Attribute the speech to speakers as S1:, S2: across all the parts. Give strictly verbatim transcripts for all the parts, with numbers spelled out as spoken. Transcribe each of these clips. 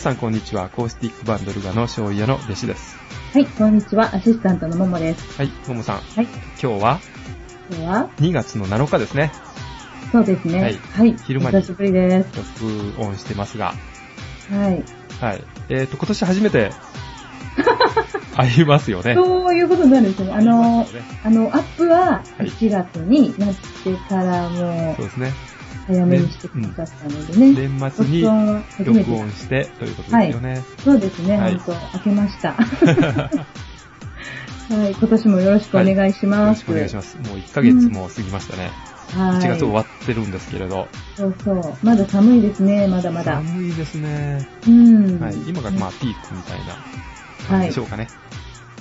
S1: さんこんにちは。アコースティックバンドルガの醤油屋の弟子です。
S2: はい、こんにちは。アシスタントのももです。
S1: はい、ももさん。
S2: はい。
S1: 今日は
S2: 今日は
S1: にがつのなのかですね。
S2: そうですね。はい。はい、
S1: 昼間に
S2: お久しぶりです。
S1: 録音してますが。
S2: はい。
S1: はい。えっと、今年初めて会いますよね。
S2: そういうことになるんですよね。あの、ね、あの、アップはいちがつになってからもう、そうですね。早めにしてくださったのでね。
S1: 年末に録音してということですよね。はい、
S2: そうですね、はい、本当、明けました。はい、今年もよろしくお願いします。はい、よろし
S1: くお願いします。もういっかげつも過ぎましたね。うん、いちがつ終わってるんですけれど。
S2: そうそう。まだ寒いですね、まだまだ。
S1: 寒いですね。
S2: うん。
S1: はい、今がまあピークみたいな感じでしょうかね。はい、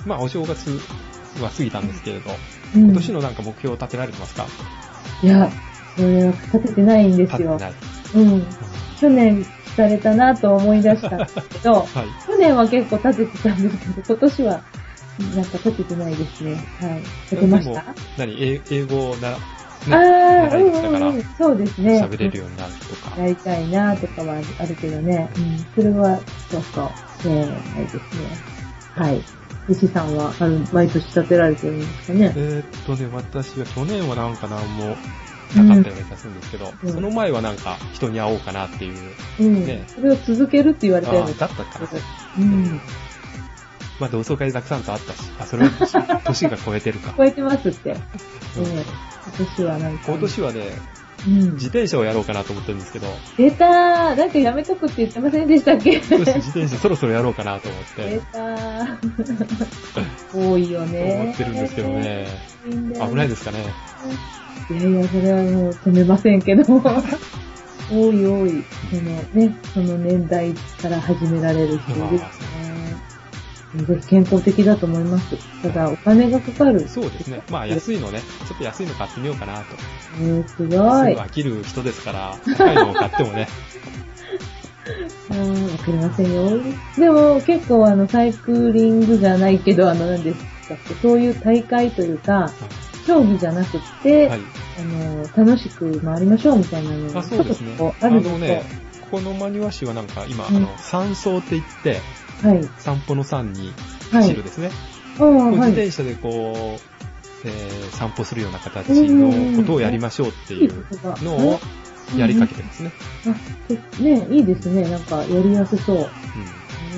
S1: まあお正月は過ぎたんですけれど、うん、今年のなんか目標を立てられてますか？
S2: いや、それは立ててないんですよ。立ててない。うん。去年聞かれたなと思い出したんですけど、はい、去年は結構立ててたんですけど、今年はなんか立ててないですね。はい。立てました？
S1: 何英語をな、ね、
S2: ああ、
S1: 習いに来たから、うんうん、
S2: そうですね。
S1: 喋れるようになるとか。
S2: やりたいなとかはあるけどね。うん。それは、そうそう。えー、ないですね。はい。西さんは、あの、毎年立てられてるんですかね。
S1: えー、っとね、私は去年はなんかなんもなかったような気がするんですけど、うん、その前はなんか人に会おうかなっていう。
S2: うん。ね、それを続けるって言われたよね。
S1: だったかな。うん。まあ同窓会でたくさんと会ったし、あ、それは年, 年が超えてるか。
S2: 超えてますって。うん、今年はなんか。
S1: 今年はね、うん、自転車をやろうかなと思ってるんですけど。
S2: 出たー。なんかやめとくって言ってませんでしたっけ？
S1: 自転車そろそろやろうかなと思って。
S2: 出たー。多いよね。
S1: 思ってるんですけどね。いいんだよね、危ないですかね。
S2: いやいや、それはもう止めませんけど。多い多い。そのね、その年代から始められる人ですね。ぜひ健康的だと思います。ただ、お金がかかる。
S1: そうですね。まあ、安いのね。ちょっと安いの買ってみようかなと。
S2: えー、すごい。すぐ
S1: 飽きる人ですから、高いのを買ってもね。
S2: あー、わかりませんよ。でも、結構あの、サイクリングじゃないけど、あの、何ですかって、そういう大会というか、はい、競技じゃなくって、はい、あの、楽しく回りましょうみたいなのが、
S1: そうですね。あるんですよ。あのね、このマニュア誌はなんか今、うん、あの、山荘って言って、はい、散歩の山に走るですね。はい、自転車でこう、えー、散歩するような形のことをやりましょうっていうのをやりかけてますね。
S2: あ、ね、いいですね。なんかやりやすそう。うん。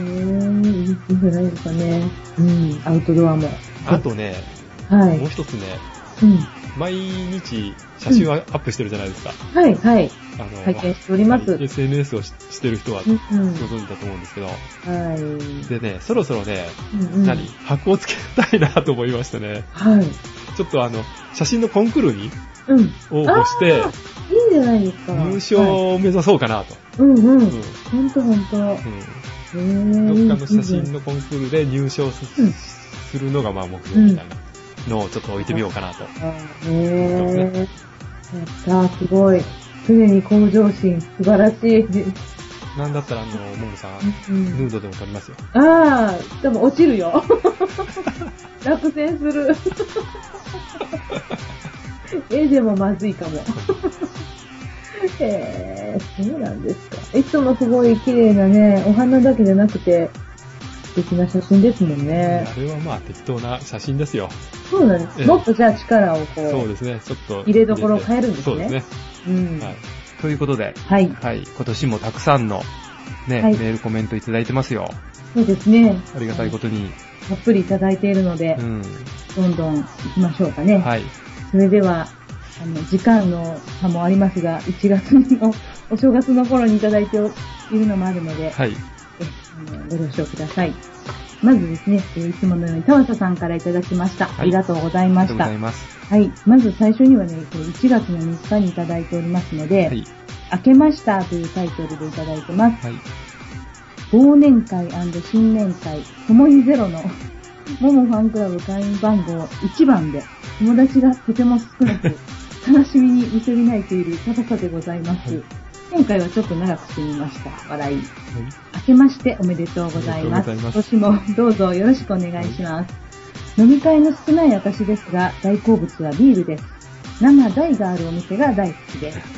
S2: いいんじゃないですかね。うん、アウトドアも。
S1: あとね、はい、もう一つね、うん、毎日写真をアップしてるじゃないですか。
S2: うん、はい、はい。あの、拝見しております。
S1: エスエヌエス を し, してる人はご存知だと思うんですけど。はい。でね、そろそろね、うんうん、何箔をつけたいなと思いましてね。はい。ちょっとあの、写真のコンクールに応募して、
S2: うん、いいじゃないですか。
S1: 入賞を目指そうかなと。
S2: はい、うんうん。ほんとほんと。うん。
S1: どっかの写真のコンクールで入賞 す,、うん、するのがまあ目標みたいなのをちょっと置いてみようかなと。
S2: へぇー。やったー、すごい。常に向上心、素晴らしい。
S1: なんだったらあの、ももさん、うん、ヌードでも撮りますよ。
S2: ああ、でも落ちるよ。落選する。絵でもまずいかも。へぇー、そうなんですか。いつもすごい綺麗なね、お花だけじゃなくて、素敵な写真ですもんね。
S1: あれはまあ適当な写真ですよ。
S2: そうなんです。ええ、もっとじゃあ力をこう。
S1: そうですね。ちょっと。
S2: 入れどころを変えるんですね。
S1: そうですね。うん。はい。ということで。
S2: はい。
S1: はい。今年もたくさんのね、はい、メールコメントいただいてますよ。
S2: そうですね。
S1: ありがたいことに。
S2: たっぷりいただいているので、うん、どんどん行きましょうかね。はい。それでは、あの、時間の差もありますが、いちがつのお正月の頃にいただいているのもあるので、はい。えあのご了承ください。まずですね、いつものように田畑さんからいただきました。はい、ありがとうございました。
S1: ありがとうございます。
S2: はい。まず最初にはね、これいちがつのみっかにいただいておりますので、はい、明けましたというタイトルでいただいてます。はい。忘年会&新年会、ともにゼロのももファンクラブ会員番号いちばんで、友達がとても少なく、悲しみにむせび泣いている田畑でございます。はい、今回はちょっと長くしてみました。笑い。はい、明けましておめでとうございます。今年もどうぞよろしくお願いします。はい、飲み会の少ない私ですが、大好物はビールです。生大があるお店が大好きです。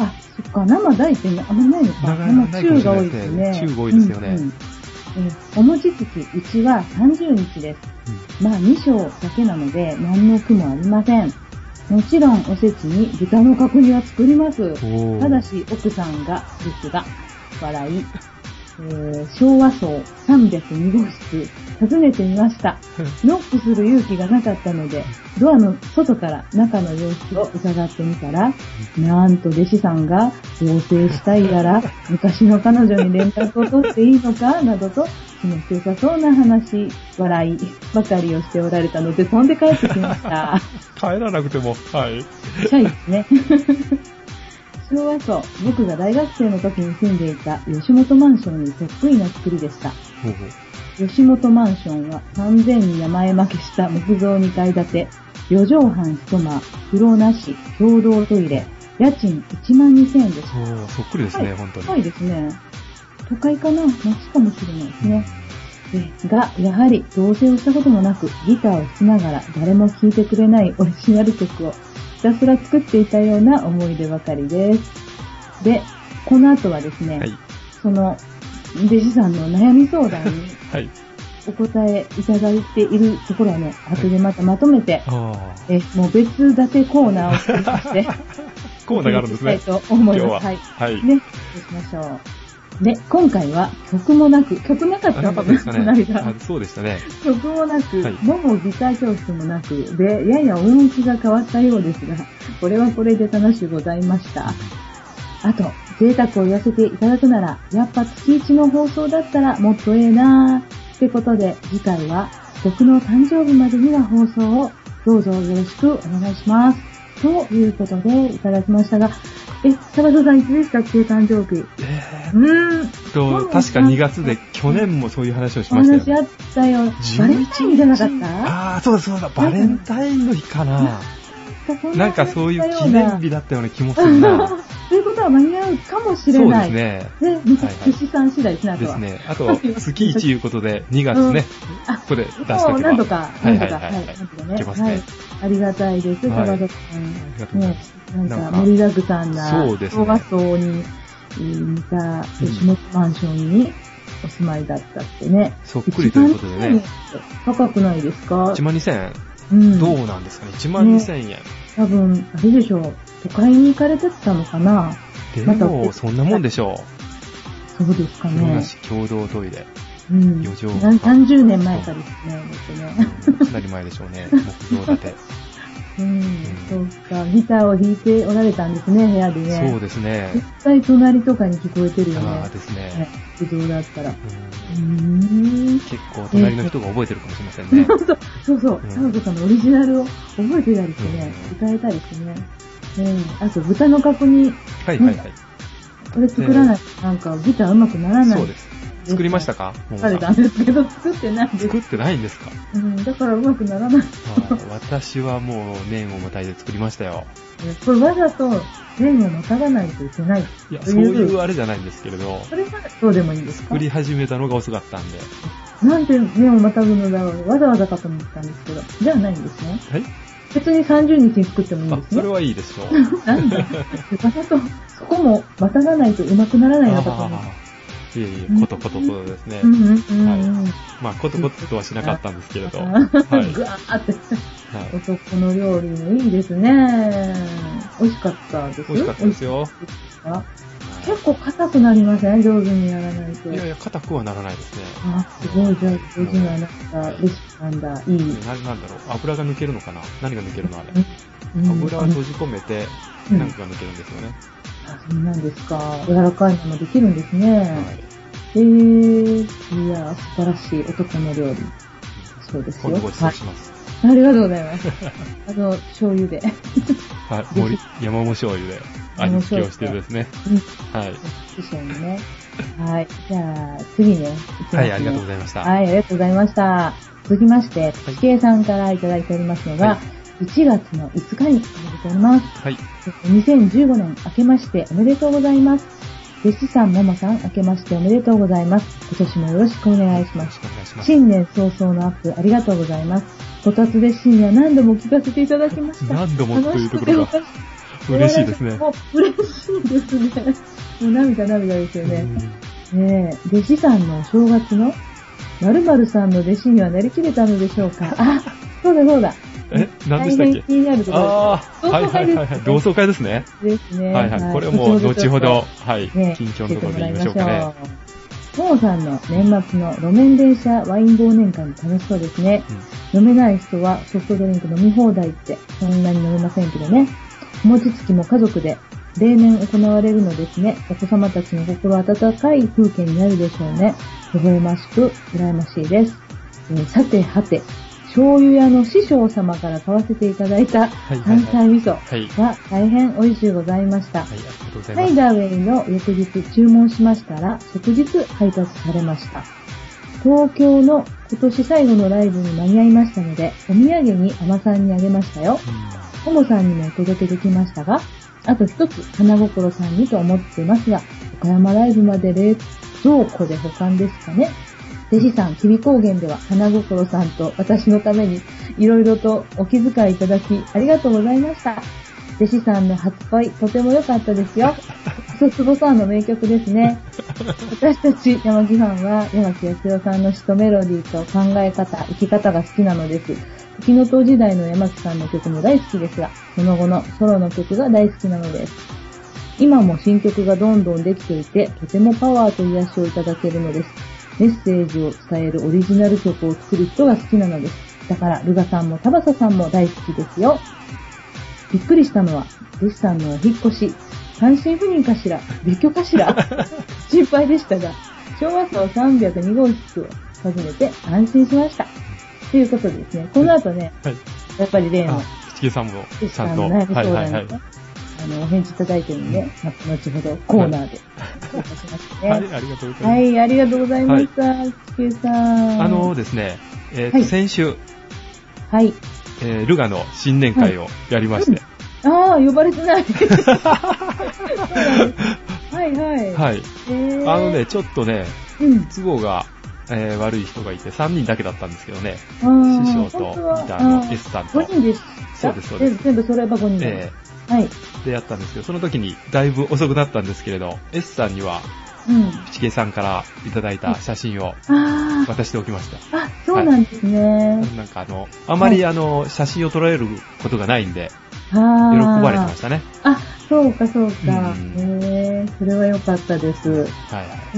S2: あ、そっか、生大ってあんまないのか。生中が多いですね。
S1: 中が多いですよね。うんうん、
S2: えー、お餅つき、うちはさんじゅうにちです。うん、まあに升だけなので、何の苦もありません。もちろんおせちに豚の角煮は作ります。ただし奥さんがですが、笑い。えー、昭和層さんびゃくにご室訪ねてみました。ノックする勇気がなかったので、ドアの外から中の様子を伺ってみたら、なんと弟子さんが同棲したいなら昔の彼女に連絡を取っていいのかなどと気持ちよさそうな話、笑いばかりをしておられたので飛んで帰ってきました。
S1: 帰らなくても、はい。
S2: シャイですね。昭和層、僕が大学生の時に住んでいた吉本マンションにそっくりな作りでした。ほうほう、吉本マンションは完全に山へ負けした木造にかい建て、よ畳半一間、風呂なし、共同トイレ、家賃いちまんにせんえんでした。
S1: おそっくりですね、はい、本当に。
S2: はいですね。都会かな、街かもしれないですね。うん、が、やはり同棲をしたこともなく、ギターを弾きながら誰も聴いてくれないオリジナル曲をひたすら作っていたような思い出ばかりです。で、この後はですね、はい、その弟子さんの悩み相談にお答えいただいているところはね、後でまたまとめて、はい、えもう別立てコーナーを作りまして
S1: コーナーがあるんですね。
S2: したいと思います。はい。はい。ね、そうしましょう。で、今回は曲もなく、曲なかったんですかね。
S1: あ、そうでしたね。
S2: 曲もなく、はい、ももギター教室もなく、で、やや趣が変わったようですが、これはこれで楽しゅうございました。あと、贅沢を言わせていただくなら、やっぱ月いちの放送だったらもっとええなーってことで、次回は僕の誕生日までには放送をどうぞよろしくお願いします。ということでいただきましたが、え、坂田さんいつでしたっけ、誕生日。
S1: えー、うーんと、確かにがつで、去年もそういう話をしましたよね。
S2: 話あったよ。バレンタインじゃなかった？
S1: ああ、そうだそうだ、バレンタインの日かな。なんかそういう記念日だったような気もするな。
S2: ということは間に合うかもしれない。
S1: そうです
S2: ね。で、寿司さん次第ですね、あとは。
S1: ですね。あと、月いちいうことで、にがつね、うん、ここで出しておけば。
S2: なんとか、なんとか、はい、なんとかね。
S1: いけますね。はい。
S2: ありがたいです、高田さん。ありがとうございます。ね、なんか盛りだくさんな、
S1: そうですね。
S2: 昭和層に似た吉本マンションにお住まいだったってね。
S1: そっくりということでね。
S2: 高くないですか？
S1: いちまんにせんえん。うん、どうなんですかね、いちまんにせんえん。ね、
S2: 多分、あれでしょう。都会に行かれてたのかな。
S1: でも、ま、そんなもんでしょ
S2: う。そうですかね。
S1: 風呂なし共同トイレ。
S2: うん。
S1: よ畳。
S2: 何十年前かですね、
S1: ですね。かなり前でしょうね。木造建て。
S2: うん、そうか。ギターを弾いておられたんですね、部屋でね。
S1: そうですね。
S2: 絶対隣とかに聞こえてるよね。
S1: ああですね。
S2: 自動だったら。う
S1: ーん。結構隣の人が覚えてるかもしれませんね。
S2: そうそう。タオコさんのオリジナルを覚えてたりしてね、歌えたりしてね。うん。あと、豚の角煮。
S1: はいはいはい。
S2: これ作らないとなんかギターうまくならない。
S1: そうです。作りましたか？
S2: 作れたんですけど、作ってないです。
S1: 作ってないんですか？
S2: うん、だからうまくならない。
S1: 私はもう年をまたいで作りましたよ。
S2: これわざと年をまたがないといけない。
S1: いや、そういうあれじゃないんですけれど。
S2: それはそうでもいいんですか？
S1: 作り始めたのが遅かったんで。
S2: なんで年をまたぐのだろう。わざわざかと思ったんですけど。じゃあないんですね。
S1: はい。
S2: 別にさんじゅうにちに作ってもいいんですね。
S1: それはいいでしょう。
S2: なんだ。わざと、そこもまたがないとうまくならないのかと思う。
S1: いえいえ、ことことことですね。うんうんうんはい。まあ、ことこととはしなかったんですけれど。はい。ぐわ
S2: ーって。はい。男の料理もいいですね。美味しかったですよ。
S1: 美味しかったですよ。
S2: 結構硬くなりません？上手にやらないと。
S1: いやいや、硬くはならないですね。
S2: あ、すごい、じゃあ、上手な、なんか、レシピなんだ。いい。
S1: な、なんだろう。油が抜けるのかな？何が抜けるのあれ。油を閉じ込めて、何かが抜けるんですよね。
S2: あ、そうなんですか。柔らかいのもできるんですね。はい。えー、いや、素晴らしい男の料理。そうですよ。
S1: 今度ご馳走します。
S2: はい、ありがとうございます。あの、醤油で。
S1: はい、森、山も醤油で味付けをしてですね。はい。
S2: 師匠にね。はい。じゃあ、次ね。
S1: はい、ありがとうございました。
S2: はい、ありがとうございました。続きまして、地形さんからいただいておりますのが、はい、いちがつのいつかにいただいております。はい。にせんじゅうごねん明けましておめでとうございます。弟子さん、ももさん、明けましておめでとうございます。今年もよろしくお願いします。よろしくお願いします。新年早々のアップありがとうございます。こたつで深夜何度も聞かせていただきました。
S1: 何度もというところが。 嬉しいですね。
S2: もう嬉しいですね。もう涙涙ですよね。ねえ、弟子さんの正月の〇〇さんの弟子にはなりきれたのでしょうか。あ、そうだそうだ。
S1: え、何でしたっけ？
S2: 大変気になるところです。
S1: ああ、はいはいはいはい。同窓会ですね。
S2: ですね。
S1: はいはい。これも後ほど、はい、近況のところで言いましょうかね。
S2: ももさんの年末の路面電車ワイン忘年会も楽しそうですね。うん、飲めない人はソフトドリンク飲み放題ってそんなに飲めませんけどね。餅つきも家族で例年行われるのですね。お子様たちの心温かい風景になるでしょうね。微笑ましく羨ましいです。えー、さてはて、醤油屋の師匠様から買わせていただいた山菜味噌が大変美味しゅうございました。はいはいはい、ありがとうございます。ハイダーウェイの翌日注文しましたら即日配達されました。東京の今年最後のライブに間に合いましたので、お土産に甘さんにあげましたよ。ももさんにもお届けできましたが、あと一つ花心さんにと思っていますが、岡山ライブまで冷蔵庫で保管ですかね。弟子さん、吉備高原では花心さんと私のためにいろいろとお気遣いいただきありがとうございました。弟子さんの初恋、とても良かったですよ。そつぼさんの名曲ですね。私たち山木ファンは山木康代さんの詩とメロディーと考え方、生き方が好きなのです。時の塔時代の山木さんの曲も大好きですが、その後のソロの曲が大好きなのです。今も新曲がどんどんできていて、とてもパワーと癒しをいただけるのです。メッセージを伝えるオリジナル曲を作る人が好きなのです。だから、ルガさんもタバサさんも大好きですよ。びっくりしたのは、弟子さんのお引っ越し、単身赴任かしら、別居かしら、心配でしたが、昭和層さんびゃくに号室を訪ねて安心しました。ということでですね、この後ね、はい、やっぱり例の、
S1: 口木さんもちゃんと、
S2: はいはいはい。あの、お返事いただいてるんで、また後ほどコーナーで紹介しますね。
S1: はい、ありがとうございます。
S2: はい、ありがとうございました。ちきゅうさん。
S1: あのですね、えーとはい、先週、
S2: はい。
S1: えー、ルガの新年会をやりまして。
S2: はいうん、ああ、呼ばれてない。はいはい。
S1: はい。えー、あのね、ちょっとね、うん、都合が、えー、悪い人がいてさんにんだけだったんですけどね。師匠とギターの S さんと。
S2: ごにんです。
S1: そうです、そうです。
S2: 全部揃えばごにんです。えー、はい。
S1: でやったんですけど、その時にだいぶ遅くなったんですけれど、S さんには、うん、ピチケイさんからいただいた写真を渡しておきました。
S2: あ、そうなんですね。
S1: はい、なんかあの、あまりあの、はい、写真を撮られることがないんで、喜ばれてましたね。
S2: あ、そうかそうか。うん、へー、それは良かったです。はい
S1: はい。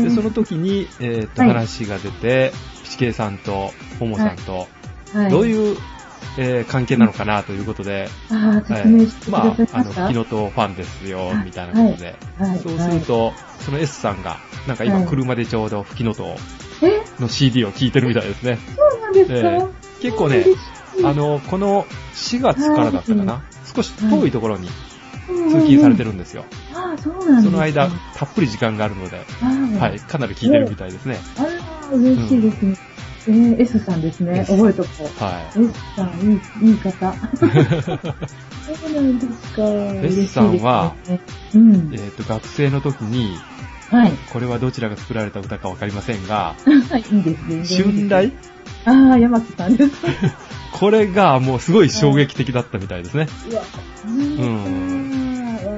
S1: で、その時に、えー、っと、話が出て、はい、ピチケイさんとモモさんと、はい、どういう、えー、関係なのかなということで、
S2: あ説明してくださいました。
S1: まあ、あの、吹きの塔ファンですよ、みたいなことで、はいはい、そうすると、その S さんが、なんか今車でちょうど吹きの塔の シーディー を聴いてるみたいですね。
S2: そうなんですか、えー、
S1: 結構ね、あの、このしがつからだったかな、はい、少し遠いところに通勤されてるんですよ。
S2: ああ、そうなんですね。
S1: その間、たっぷり時間があるので、はい、かなり聴いてるみたいですね。
S2: あら、嬉しいですね。うん、えー、S さんですね。覚えとこう。はい。S さん、いい、いい方。そうなんですか。
S1: S さんは、うん、えっと、学生の時に、はい。これはどちらが作られた歌かわかりませんが、
S2: はい、いいですね。
S1: 春来？
S2: ああ、山木さんです。
S1: これがもうすごい衝撃的だったみたいですね。
S2: うわ、うん。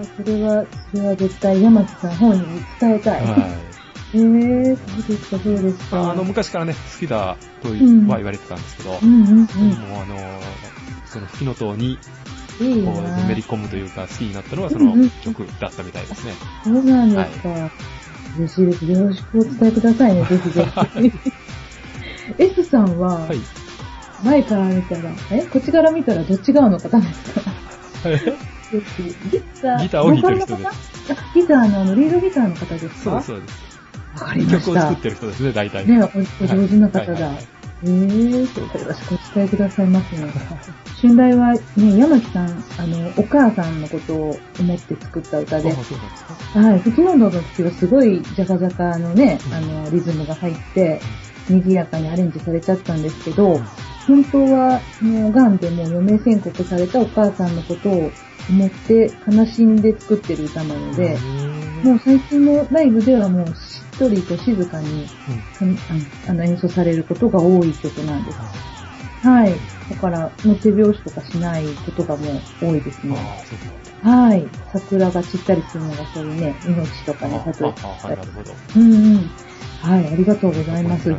S2: それは、それは絶対山木さん本人に伝えたい。はい。えー、そうですか、そうですか。
S1: あの、昔からね、好きだとは言われてたんですけど、うんうんうんうん、もうあの、その吹きの塔に、こう、のめり込むというか、好きになったのはその曲だったみたいですね。
S2: うんうん、そうなんですか。はい、嬉しいです。よろしくお伝えくださいね、ぜひぜひ。S さんは、はい、前から見たら、えこっちから見たらどっち側の方ですか？ギター、
S1: ギターを弾いてる人です。
S2: ギターのあの、リードギターの方ですか？
S1: そうです、そうです。
S2: わかりました。
S1: 曲を作ってる人ですね、大体。
S2: ね、お上手な方だ。えー、そうか、よろしくお伝えくださいますね。春来はね、山木さん、あの、お母さんのことを思って作った歌で、はい、吹きのどの時はすごいジャカジャカのね、あの、リズムが入って、賑やかにアレンジされちゃったんですけど、本当は、もう、癌でもう余命宣告されたお母さんのことを思って悲しんで作ってる歌なので、もう最近のライブではもうしっとりと静かに、うん、あの演奏されることが多い曲なんです。はい。だから、もう手拍子とかしないことがもう多いですね。 はい。桜が散ったりするのがそういうね、命とかね、例えば。
S1: ああ、なるほど。
S2: うんうん。はい、ありがとうございます。はい。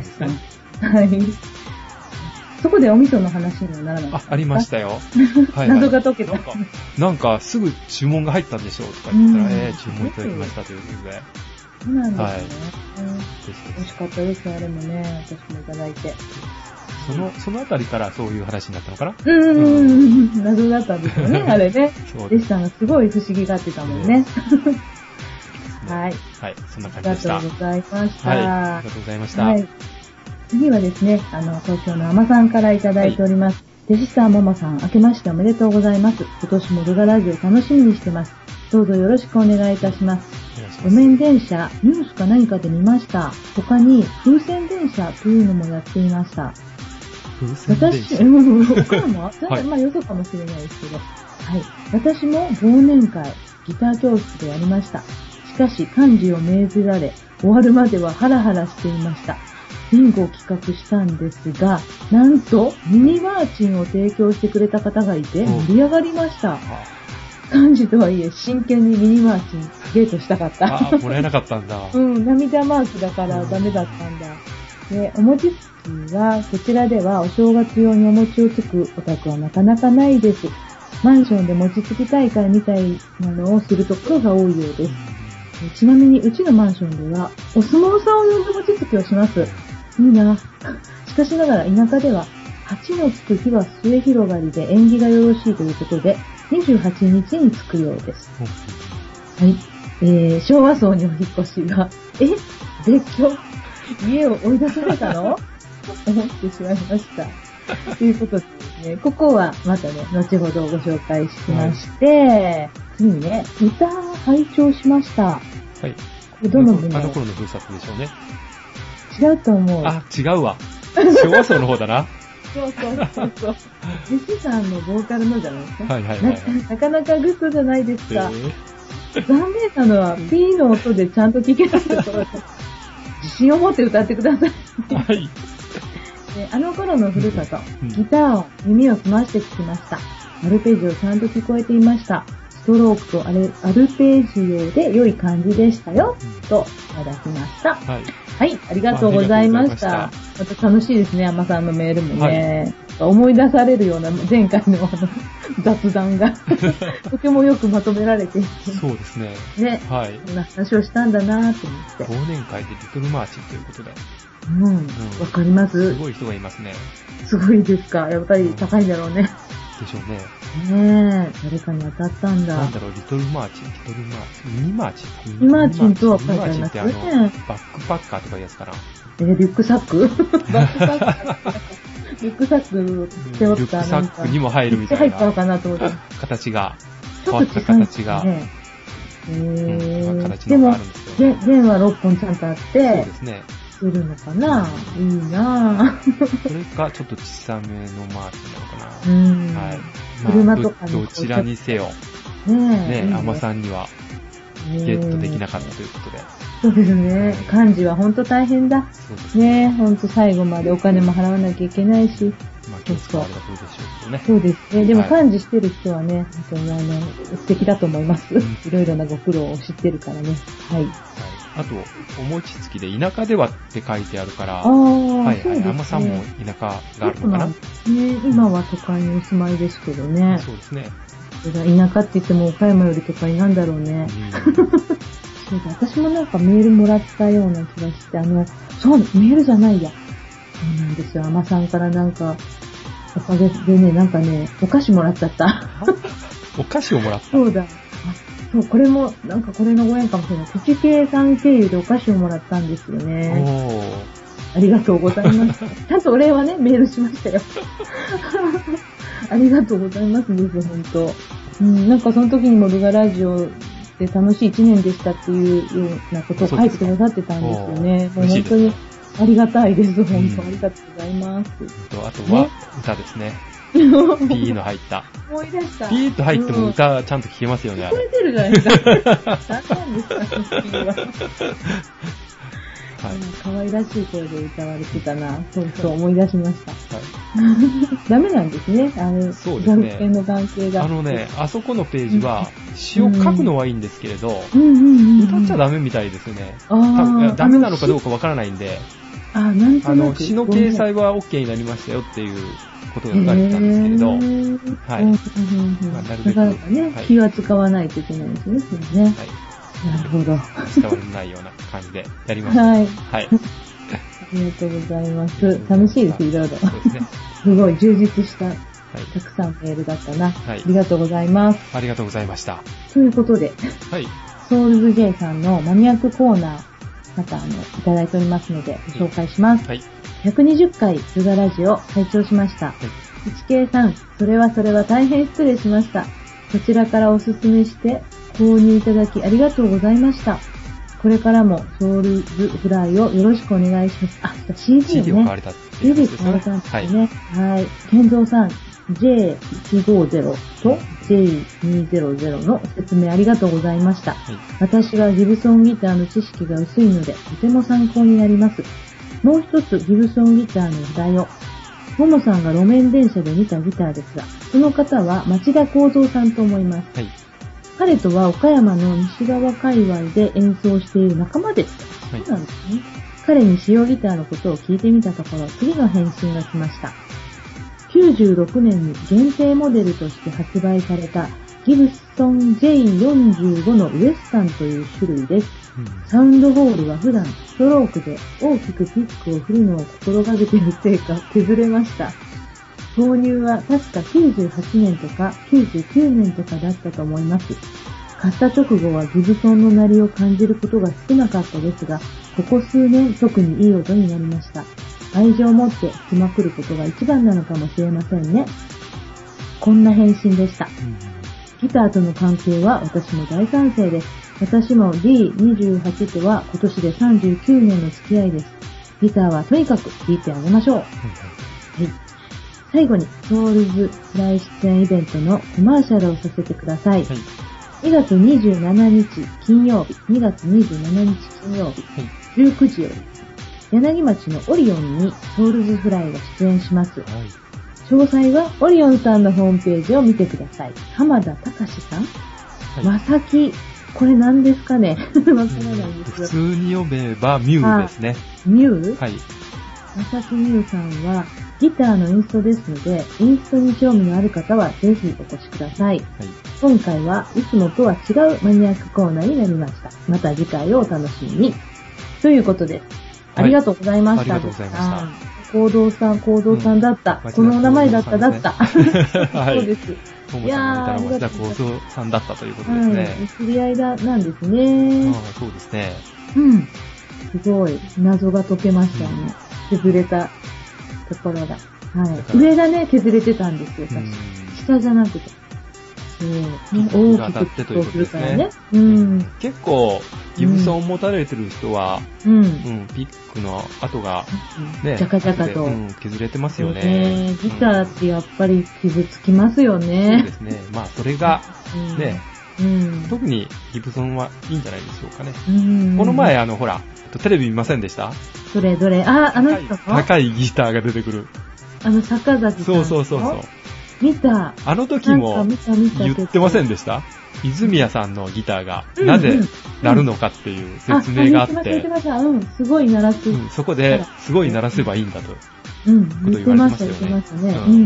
S2: そこでお味噌の話にはならないですか？
S1: あ、ありましたよ。
S2: はい、はい。謎が解けた。
S1: なんか、なんかすぐ注文が入ったんでしょうとか言ったら、えー、注文いただきましたということで。
S2: そうなんですね。
S1: はい。
S2: 美味しかったです、あれもね、私もいただいて。
S1: その、そのあたりからそういう話になったのかな？
S2: うんうんうん。謎だったんですよね、あれね。弟子さんがすごい不思議がってたもんね。はい。
S1: はい、そんな感じでした。
S2: ありがとうございました。
S1: はい、ありがとうございました。はい。
S2: 次はですね、あの、東京のあまさんからいただいております。弟子さん、ももさん、明けましておめでとうございます。今年もルガラジオ楽しみにしてます。どうぞよろしくお願いいたします。路面電車、ニュースか何かで見ました。他に、風船電車というのもやっていました。
S1: 風船電車
S2: 私、うん、他も、はい、まあよそかもしれないですけど。はい。私も忘年会、ギター教室でやりました。しかし、幹事を命じられ、終わるまではハラハラしていました。ビンゴを企画したんですが、なんと、ミニマーチンを提供してくれた方がいて、盛り上がりました。幹事とはいえ、真剣にミニマーチンゲートしたかった。
S1: ああ、もらえなかったんだ。
S2: うん、涙マークだからダメだったんだ。で、お餅つきは、こちらではお正月用にお餅をつくお宅はなかなかないです。マンションで餅つき大会みたいなのをするところが多いようです。ちなみに、うちのマンションでは、お相撲さんを呼んで餅つきをします。いいな。しかしながら田舎では、鉢のつく日は末広がりで縁起がよろしいということで、にじゅうはちにちにつくようです。はい。えー、昭和層にお引っ越しが、え別居家を追い出されたのと思ってしまいました。ということでですね、ここはまたね、後ほどご紹介しまして、はい、次にね、歌拝聴しました。はい。どの分
S1: あの頃のふるさとでしょうね。
S2: 違うと思う。
S1: あ、違うわ。昭和層の方だな。
S2: そうそうそうそう。弟子さんのボーカルのじゃないですか。
S1: はいはいはい、はい
S2: な。なかなかグッドじゃないですか。えー、残念なのは、P の音でちゃんと聴けないところで、自信を持って歌ってください。はい。あの頃のふるさと、うん、ギターを耳を澄まして聴きました。アルペジオちゃんと聞こえていました。ストロークとアル、アルペジオで良い感じでしたよ、うん、といただきました。はい。はい、ありがとうございました。また楽しいですね、あまさんのメールもね。はい、思い出されるような前回のあの雑談がとてもよくまとめられていて。
S1: そうですね。
S2: ね。はい。こんな話をしたんだなぁと思って。
S1: 忘年会でリトルマーチということで。
S2: うん。わ、うん、かります。
S1: すごい人がいますね。
S2: すごいですか。やっぱり高いんだろうね。
S1: でしょうね。
S2: ねえ、誰かに当たったんだ。
S1: なんだろう、リトルマーチン、リトルマーチン、ミニマーチン。
S2: ミニマーチンとは書いてありますよね。
S1: ミニマーチンってあの、バックパッカーとかいうやつかな。
S2: え、リュックサックバックパッカーリュックサック背負った。
S1: リュックサックにも入るみたいな。
S2: 入ったのかなと思って。
S1: 形が、変わった形が。
S2: ね、えー、
S1: うん、形のがあるんですよ、ね。
S2: でも、弦はろっぽんちゃんとあって。そう
S1: ですね。
S2: するのかな、いいな
S1: ぁ。それか、ちょっと小さめのマーチンなのかな。
S2: うん。はい。まあ、車とか
S1: にどちらにせよ。
S2: ね
S1: え。ね、あまさんには、ゲットできなかったということで。
S2: そうですね。漢字はほんと大変だ。そうですね。ほんと最後までお金も払わなきゃいけないし。
S1: まあ、気を使われたことでしょうけどね。
S2: そうですね。でも漢字してる人はね、本当にあの、素敵だと思います。いろいろなご苦労を知ってるからね。はい。
S1: あと、お餅つきで田舎ではって書いてあるから、
S2: ああ、
S1: はいはい。
S2: ね、
S1: あまさんも田舎があるのかな。ね、
S2: 今は都会にお住まいですけどね。
S1: そうですね。
S2: 田舎って言っても岡山より都会なんだろうね。うん、そうだ、私もなんかメールもらったような気がして、あの、そう、メールじゃないや。そうなんですよ。あまさんからなんか、おかげでね、なんかね、お菓子もらっちゃった。
S1: お菓子をもらった？
S2: そうだ。そう、これも、なんかこれのご縁かもしれない。栃系さん経由でお菓子をもらったんですよね。おー。ありがとうございます。ちゃんとお礼はね、メールしましたよ。ありがとうございますです、ほんと。うん、なんかその時にもルガラジオで楽しい一年でしたっていうようなことを書いてくださってたんですよね。もう本当にありがたいです、ほんと。ありがとうございます。
S1: あとは、歌ですね。ピーの入った。
S2: 思い出した。
S1: ピーと入っても歌ちゃんと聴けますよね。
S2: 聞こえてるじゃないですか。何なんですか、そのピーは。はい。可愛らしい声で歌われてたな。そうそう思い出しました。はい。 ダメなんですね。あの、
S1: そうですね。
S2: 眼の関係が。
S1: あのね、あそこのページは、詩を書くのはいいんですけれど、
S2: うんうんうんうん、
S1: 歌っちゃダメみたいですね。
S2: あ
S1: ダメなのかどうかわからないんで、
S2: あ、なんとなく
S1: あの、詩の掲載は OK になりましたよっていうことが書かれてたんですけれど、はい。ま
S2: あ、なるべく。なかなかね、はい、気は使わないといけないですね、それね。はい。なるほど。
S1: 伝わらないような感じでやりました。はい。はい。
S2: ありがとうございます。楽しいです、いろいろ。そうですね。すごい充実した、はい、たくさんメールだったな。はい。ありがとうございます。
S1: ありがとうございました。
S2: ということで、はい。ソウルズ J さんのマニアックコーナー、またあの、いただいておりますので、ご紹介します。はい。ひゃくにじゅっかいズガラジオ拝聴しました。はい。いちケー さん、それはそれは大変失礼しました。こちらからおすすめして購入いただきありがとうございました。これからもソウルズフライをよろしくお願いします。あ、シーディー をね。シーディー を買われたっていうことですね。シーディー 買われたんですね。はい。はい。健三さん、ジェイいちごゼロ と ジェイにひゃくの説明ありがとうございました。はい、私はギブソンギターの知識が薄いので、とても参考になります。もう一つギブソンギターの話題を。ももさんが路面電車で見たギターですが、その方は町田幸三さんと思います。はい、彼とは岡山の西側界隈で演奏している仲間です。はい、そうなんですね。彼に使用ギターのことを聞いてみたところ、次の返信が来ました。きゅうじゅうろくねんに限定モデルとして発売されたギブソン ジェイよんじゅうご のウエスタンという種類です。うん、サウンドホールは普段ストロークで大きくピックを振るのを心がけているせいか削れました。購入は確かきゅうじゅうはちねんとかきゅうじゅうきゅうねんとかだったと思います。買った直後はギブソンの鳴りを感じることが少なかったですが、ここ数年特にいい音になりました。愛情を持って弾きまくることが一番なのかもしれませんね。こんな返信でした。うん、ギターとの関係は私も大賛成です。私も ディーにじゅうはち とは今年でさんじゅうきゅうねんの付き合いです。ギターはとにかく弾いてあげましょう。うん、はい。最後にソウルズフライ出演イベントのコマーシャルをさせてください。はい、にがつにじゅうしちにち金曜日、にがつにじゅうしちにち金曜日、はい、じゅうくじより柳町のオリオンにソウルズフライが出演します。はい、詳細はオリオンさんのホームページを見てください。浜田隆さん、はい、まさき、これ何ですかねわからないんです
S1: が。普通に呼べばミューですね。
S2: ミュー？
S1: はい。
S2: まさきみゆさんはギターのインストですので、インストに興味のある方はぜひお越しください。はい、今回はいつもとは違うマニアックコーナーになりました。また次回をお楽しみに。ということで、ありがとうございました。
S1: はい、ありがとうございました。
S2: 行動さん、行動さんだった。うん、このお名前だった、だった。はい、そうです。
S1: いやー、町田幸三さんだったということですね。はい、
S2: 知り合いだ、なんですね。
S1: ああ、そうですね。
S2: うん。すごい、謎が解けましたね。うん、削れたところが。はい。上がね、削れてたんですよ、確か。下じゃなくて。そう。ね、大きくということですね。
S1: うん。結構、ギブソンを持たれてる人は、うん。うん、ピックの跡が、ね、
S2: ジャカジャカと、
S1: うん、削れてますよね。
S2: ね、ギターってやっぱり傷つきますよね。
S1: そうですね。まあ、それが、ね、うん、特にギブソンはいいんじゃないでしょうかね。うん、この前、あの、ほら、テレビ見ませんでした？
S2: どれどれ、あ、あの人
S1: か高いギターが出てくる。
S2: あの、坂崎さん。
S1: そうそうそうそう。
S2: 見た。
S1: あの時も言ってませんでした？泉谷さんのギターがなぜ鳴るのかっていう説明があって。
S2: 言ってました、うん、すごい鳴らす。
S1: うん、そこですごい鳴らせばいいんだと。うん、こと言われてますよね。
S2: 言ってました、言ってましたね。うん、うん、うん。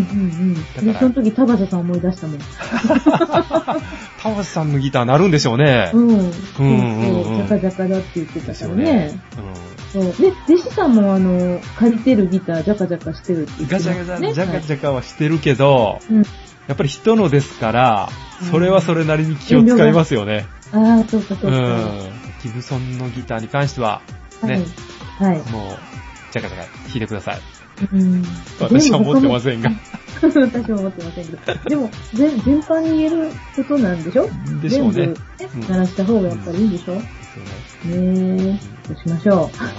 S2: で、その時、田畑さん思い出したもん。
S1: 田畑さんのギター鳴るんでしょうね。
S2: うん。うん、うん。ジャカジャカだって言ってたからね。うん。そう。で、弟子さんもあの、借りてるギター、ジャカジャカしてるって言ってましたね。
S1: ガチャガチャ、ジャカジャカはしてるけど、うん、やっぱり人のですから、それはそれなりに気を使いますよね。
S2: うん、ああ、そうかそうか。うん。
S1: ギブソンのギターに関しては、ね。はい。はい、もう、ジャカジャカ弾いてください。うん、私は思ってませんが。
S2: 私は思ってませんけど。でも、全、全般に言えることなんでしょ？
S1: でしょうね。全部、
S2: 鳴らした方がやっぱりいいんでしょ？うん、ですよね。ねえ、そうしましょう。はい、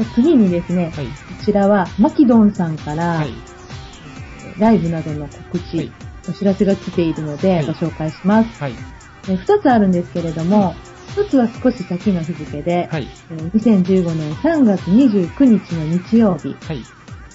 S2: 次にですね、はい、こちらは、マキドンさんから、はい、ライブなどの告知、はい、お知らせが来ているので、ご紹介します。はい、二つあるんですけれども、一つは少し先の日付で、はい、にせんじゅうごねんさんがつにじゅうくにちの日曜日、はい、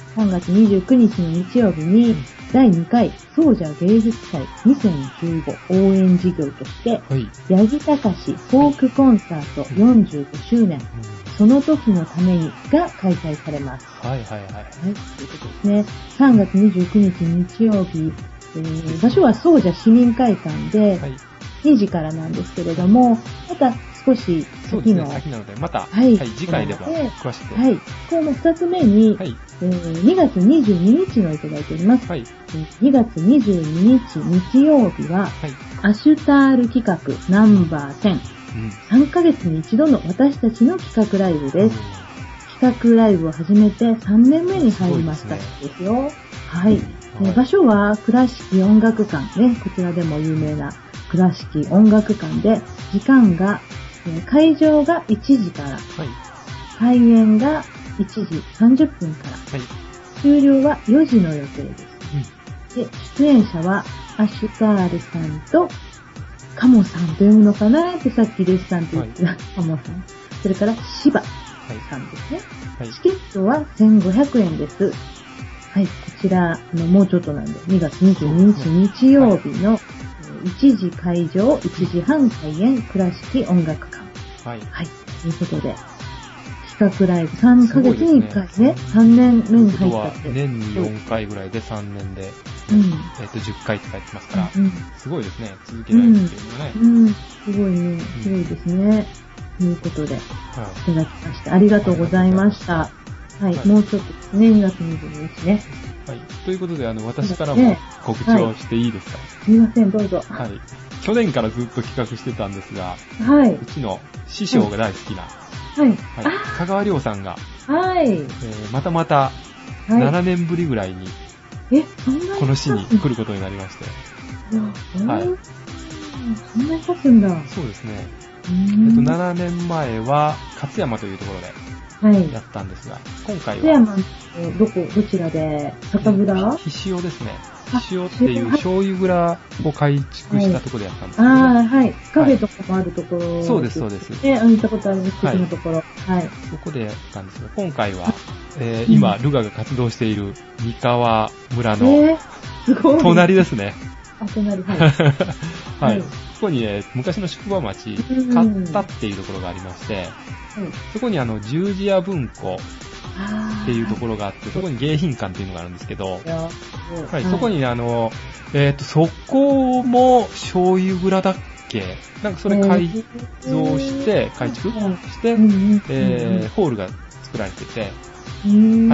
S2: さんがつにじゅうくにちの日曜日に、だいにかい総社芸術祭にせんじゅうご応援事業として、はい、八木隆フォークコンサートよんじゅうごしゅうねん、うん、その時のためにが開催されます。
S1: はいはいはい。はい、
S2: ということですね。さんがつにじゅうくにち日曜日、えー、場所は総社市民会館で、はい、にじからなんですけれども、また少し先の、
S1: そうですね、先なので、また、はい、はい、次回でも詳しく。
S2: はい。この二つ目に、はい、えー、にがつにじゅうににちのいただいております。はい。にがつにじゅうににち日曜日は、はい、アシュタール企画ナンバーじゅう。うん、さんかげつに一度の私たちの企画ライブです。うん、企画ライブを始めてさんねんめに入りましたですよ。ですね、はい。はい、場所は倉敷音楽館ね、こちらでも有名な倉敷音楽館で、時間が、会場がいちじから、はい、開演がいちじさんじゅっぷんから、はい、終了はよじの予定です。うん、で、出演者はアシュタールさんとカモさんと読むのかなってさっきレスさんと言ってた、はい、カモさん。それからシバさんですね。はい、チケットはせんごひゃくえんです。はい、こちら、あの、もうちょっとなんで、にがつにじゅうににち日曜日のいちじ会場、いちじはん開演、倉敷音楽館。はい。はい。ということで、企画ライブさんかげつにいっかいね、さんねんめに入ったって。
S1: 年によんかいぐらいでさんねんで、うん、えっと、じゅっかいって書いてますから、うん、すごいですね、続けられるっていうのがね。
S2: うん、うん、すごいね、すごいですね。ということで、はい、いただきまして、ありがとうございました。はい、はい、もうちょっとですね、にがつにじゅうににちね。
S1: はい。ということで、あの、私からも告知をしていいですか？はい、
S2: すみません、どうぞ。
S1: はい。去年からずっと企画してたんですが、
S2: はい。
S1: うちの師匠が大好きな、はい。はい。香川亮さんが、はい。えー、またまた、ななねんぶりぐらいに、
S2: え、そんなに
S1: この市に来ることになりまして。
S2: はい。そんなに経つんだ。
S1: そうですね。えっと、ななねんまえは、勝山というところで、はい。やったんですが、今回は。
S2: 勝山、どこ、どちらで、酒蔵？
S1: ひしおですね。ひしおっていう醤油蔵を改築したところでやったんですけど、
S2: ね。はい、ああ、はい。カフェとかもあるところ、
S1: はい。そうです、そうです。
S2: え、行ったことあるんです、はい、のところ。はい。
S1: そこでやったんですが、今回は、えー、今、ルガが活動している三河村の、えー、すごい。隣ですね。
S2: あ、隣、はい。
S1: はい。そこにね、昔の宿場町、買ったっていうところがありまして、うん、そこにあの、十字屋文庫っていうところがあって、そこに迎賓館っていうのがあるんですけど、はい、そこにあの、えっと、そこも醤油蔵だっけ？なんかそれ改造して、改築して、えー、ホールが作られてて、はい、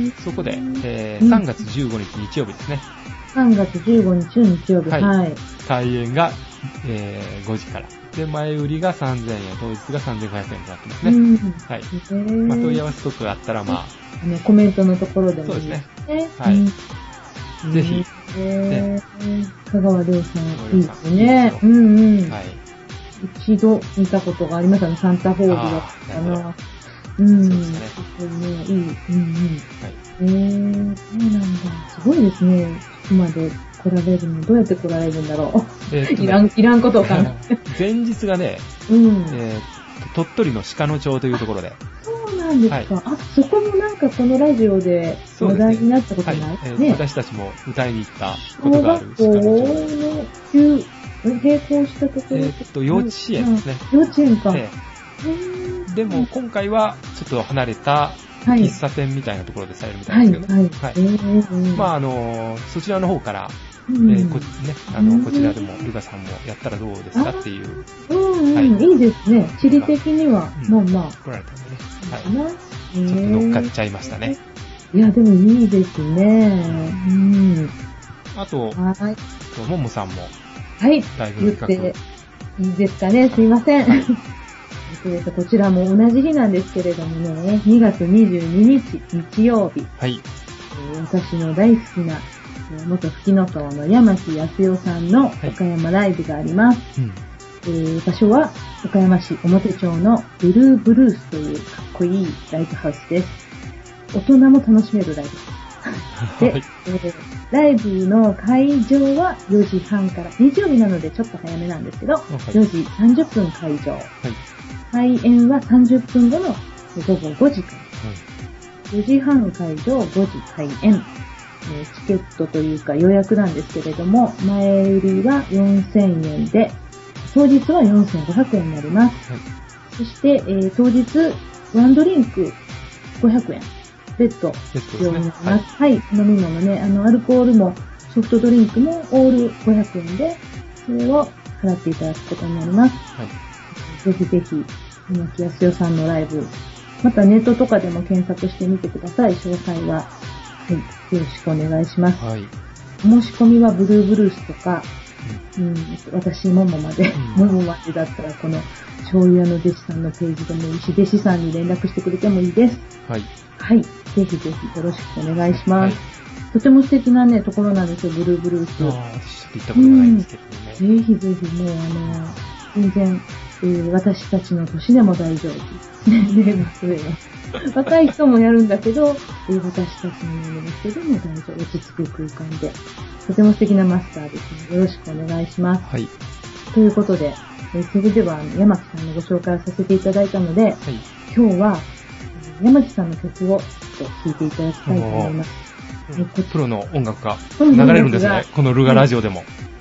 S1: そこで、えー、さんがつじゅうごにち日曜日ですね。
S2: さんがつじゅうごにちの日曜日、はい。はい、
S1: 開演が、えー、ごじから。で、前売りがさんぜんえん、当日がさんぜんごひゃくえんとなってますね。うん、はい。まあ、問い合わせとかあったら、まあ。
S2: あの、コメントのところでもいいですね。
S1: そうですね。はい。うん、ぜひ。
S2: えー、香川亮さん、いいですね。うんうん。はい。一度見たことがありましたね、サンタホールだったかな。うん。そうですね。いい。うんうん。はい。えー、そうなんだ。すごいですね。ここまで来られるの。どうやって来られるんだろう。えーね、いらん、いらんことを考えて。
S1: 前日がね、うん、えー、鳥取の鹿野町というところで。
S2: そうなんですか。はい、あ、そこもなんかこのラジオで話題になったことないですね。はい、えー
S1: ね、私たちも歌いに行ったことがある鹿野町。
S2: 並行したところ。
S1: えー、っと、幼稚園ですね。
S2: 幼稚園か。
S1: えー、でも今回はちょっと離れた喫茶店みたいなところでされるみたいですけど、はいはいはい、えー、まああのそちらの方から、うんえーこね、あのこちらでもルガさんもやったらどうですかっていう、
S2: うんうんはい、いいですね。地理的には、うん、もうまあ
S1: 来られたんでね、はいえー、ちょっと乗っかっちゃいましたね。
S2: いやでもいいですね。うん、
S1: あと、はい、ももさんも
S2: はいライブの企画いいですかね。すいません。はいこちらも同じ日なんですけれどもね、にがつにじゅうににち日曜日、はいえー、私の大好きな元吹きの川の山木康代さんの岡山ライブがあります、はいうんえー、場所は岡山市表町のブルーブルースというかっこいいライブハウスです。大人も楽しめるライブで、はいえー、ライブの会場はよじはんから日曜日なのでちょっと早めなんですけど、はい、よじさんじゅっぷん会場、はい開演はさんじゅっぷんごのごごごじから。 よじはん会場、ごじ開演。チケットというか予約なんですけれども、前売りはよんせんえんで、当日はよんせんごひゃくえんになります。はい、そして、えー、当日、ワンドリンクごひゃくえん、別途必要になります。はい、はい、飲み物ね、あの、アルコールもソフトドリンクもオールごひゃくえんで、それを払っていただくことになります。はい、ぜひぜひ、山木康代さんのライブ、またネットとかでも検索してみてください。詳細は。はい。よろしくお願いします。はい。申し込みはブルーブルースとか、うん、うん、私、ももまで、ももまでだったら、この、醤油屋の弟子さんのページでもいいし、弟子さんに連絡してくれてもいいです。はい。はい。ぜひぜひよろしくお願いします。はい、とても素敵なね、ところなんですよ、ブルーブルース。
S1: ああ、私ちょっと行ったことないんですけどね。
S2: うん、ぜひぜひ、もうあの、全然、えー、私たちの年でも大丈夫。ね、ね、それは。若い人もやるんだけど、えー、私たちのような人でも大丈夫。落ち着く空間で。とても素敵なマスターですので、よろしくお願いします。はい。ということで、えー、それでは、山木さんのご紹介をさせていただいたので、はい、今日は、山木さんの曲をちょっと聴いていただきたいと思います。
S1: はい、プロの音楽が流れるんですね。このルガラジオでも、はい。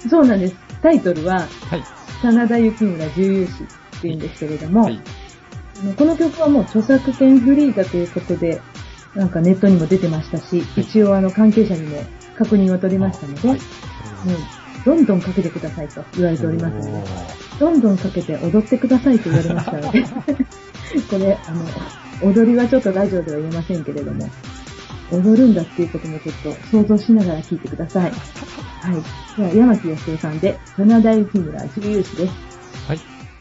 S2: そうなんです。タイトルは、はい、真田幸村重勇士っていうんですけれども、はい、この曲はもう著作権フリーだということで、なんかネットにも出てましたし、はい、一応あの関係者にも確認を取りましたので、はい、もうどんどんかけてくださいと言われておりますので、どんどんかけて踊ってくださいと言われましたので、これ、あの、踊りはちょっとラジオでは言えませんけれども、踊るんだっていうこともちょっと想像しながら聴いてください。はい。では、山木康代さんで、真田幸村重勇士です。はい。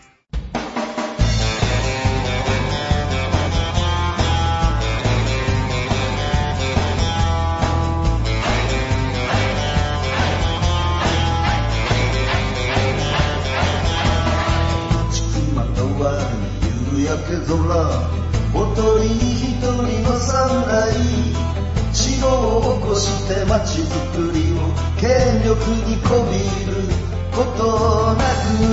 S3: おとり一人の侍、城を起こして町づくりを権力にこびることなく、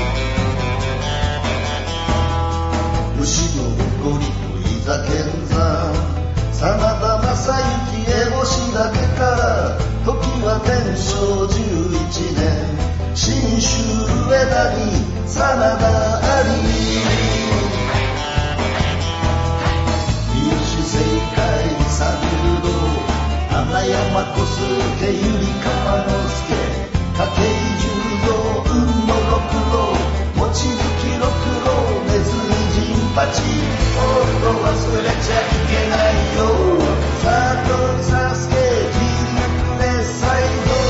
S3: 牛の誇りといざ剣山、真田昌幸烏帽子だけから時は天正じゅういちねん、信州上田に真田あり、正解三流道、穴山小助、ゆりかわの助、筧十三、雲の六郎、望月六郎、ネズミ陣八、おっと忘れちゃいけないよ、佐藤佐助、金額最後。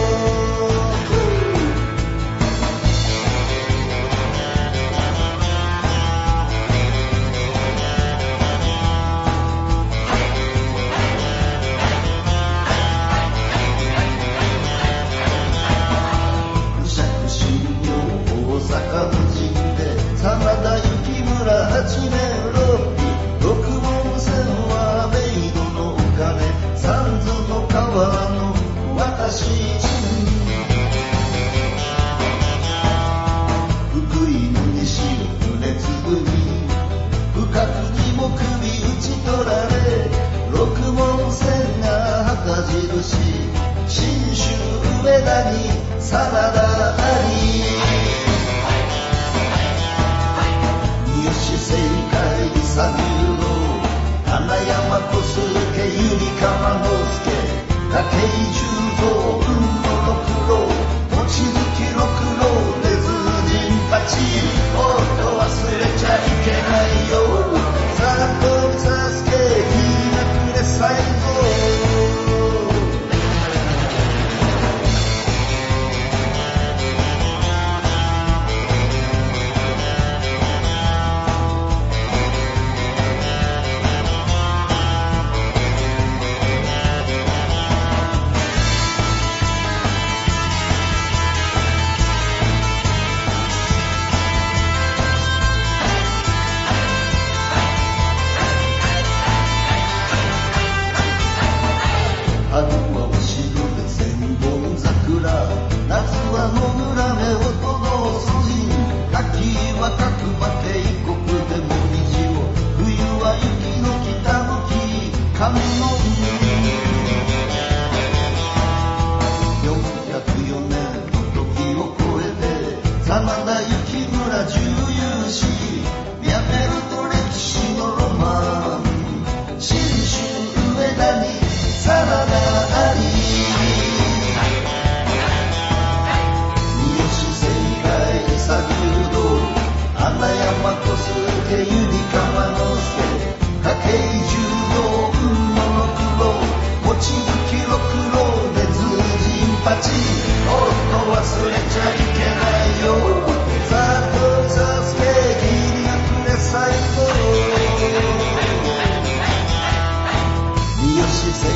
S3: 真田幸村八面六臂、六門線は冥土のお金、三途の川の私人、福井の西を濡れ粒に、深くにも首打ち取られ、六門線が旗印、信州上田に真田あり、正解三流道、穴山小助、ゆりかわの助、筧十三、雲の六郎、望月六郎、ネズ陣八、おっと忘れちゃいけないよ、佐藤佐助、金額で最後。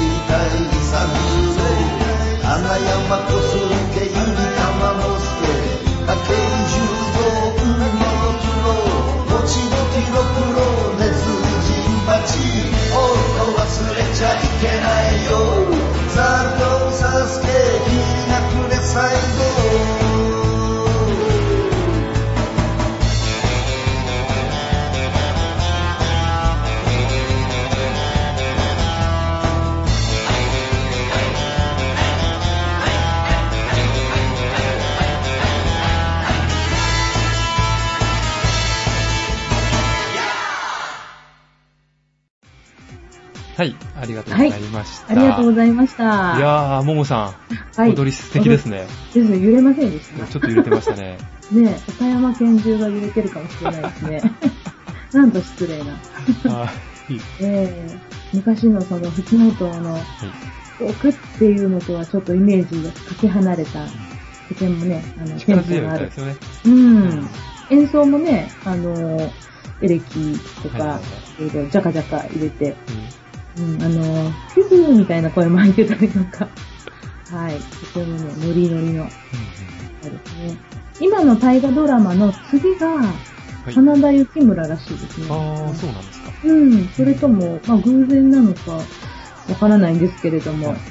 S3: 界さぬの穴山小菅ゆりかまのすけ竹井十三運のプロ望月ろくろ根津陣八おっと忘れちゃいけないよ佐藤佐助君がくれ最後
S1: はい、ありがとうございました。
S2: はい、ありがとうございました。
S1: いやー、ももさん、はい、踊り素敵ですね。
S2: ですね、揺れませんでした。
S1: ちょっと揺れてましたね。
S2: ねえ、岡山県中が揺れてるかもしれないですね。なんと失礼な。はい。えー、昔のその吹きの音の、はい、奥っていうのとはちょっとイメージがかけ離れた、とてもね、あの、
S1: 力強いみたいですよね。
S2: うん。演奏もね、あの、エレキとか、いろいろジャカジャカ入れて、うん、あの、フィズーみたいな声も入ってたりとか、はい、とてもね、ノリノリの、そうですね。今の大河ドラマの次が、真田幸村らしいですね。
S1: ああ、そうなんですか。
S2: うん、それとも、まあ偶然なのか、わからないんですけれども、はい、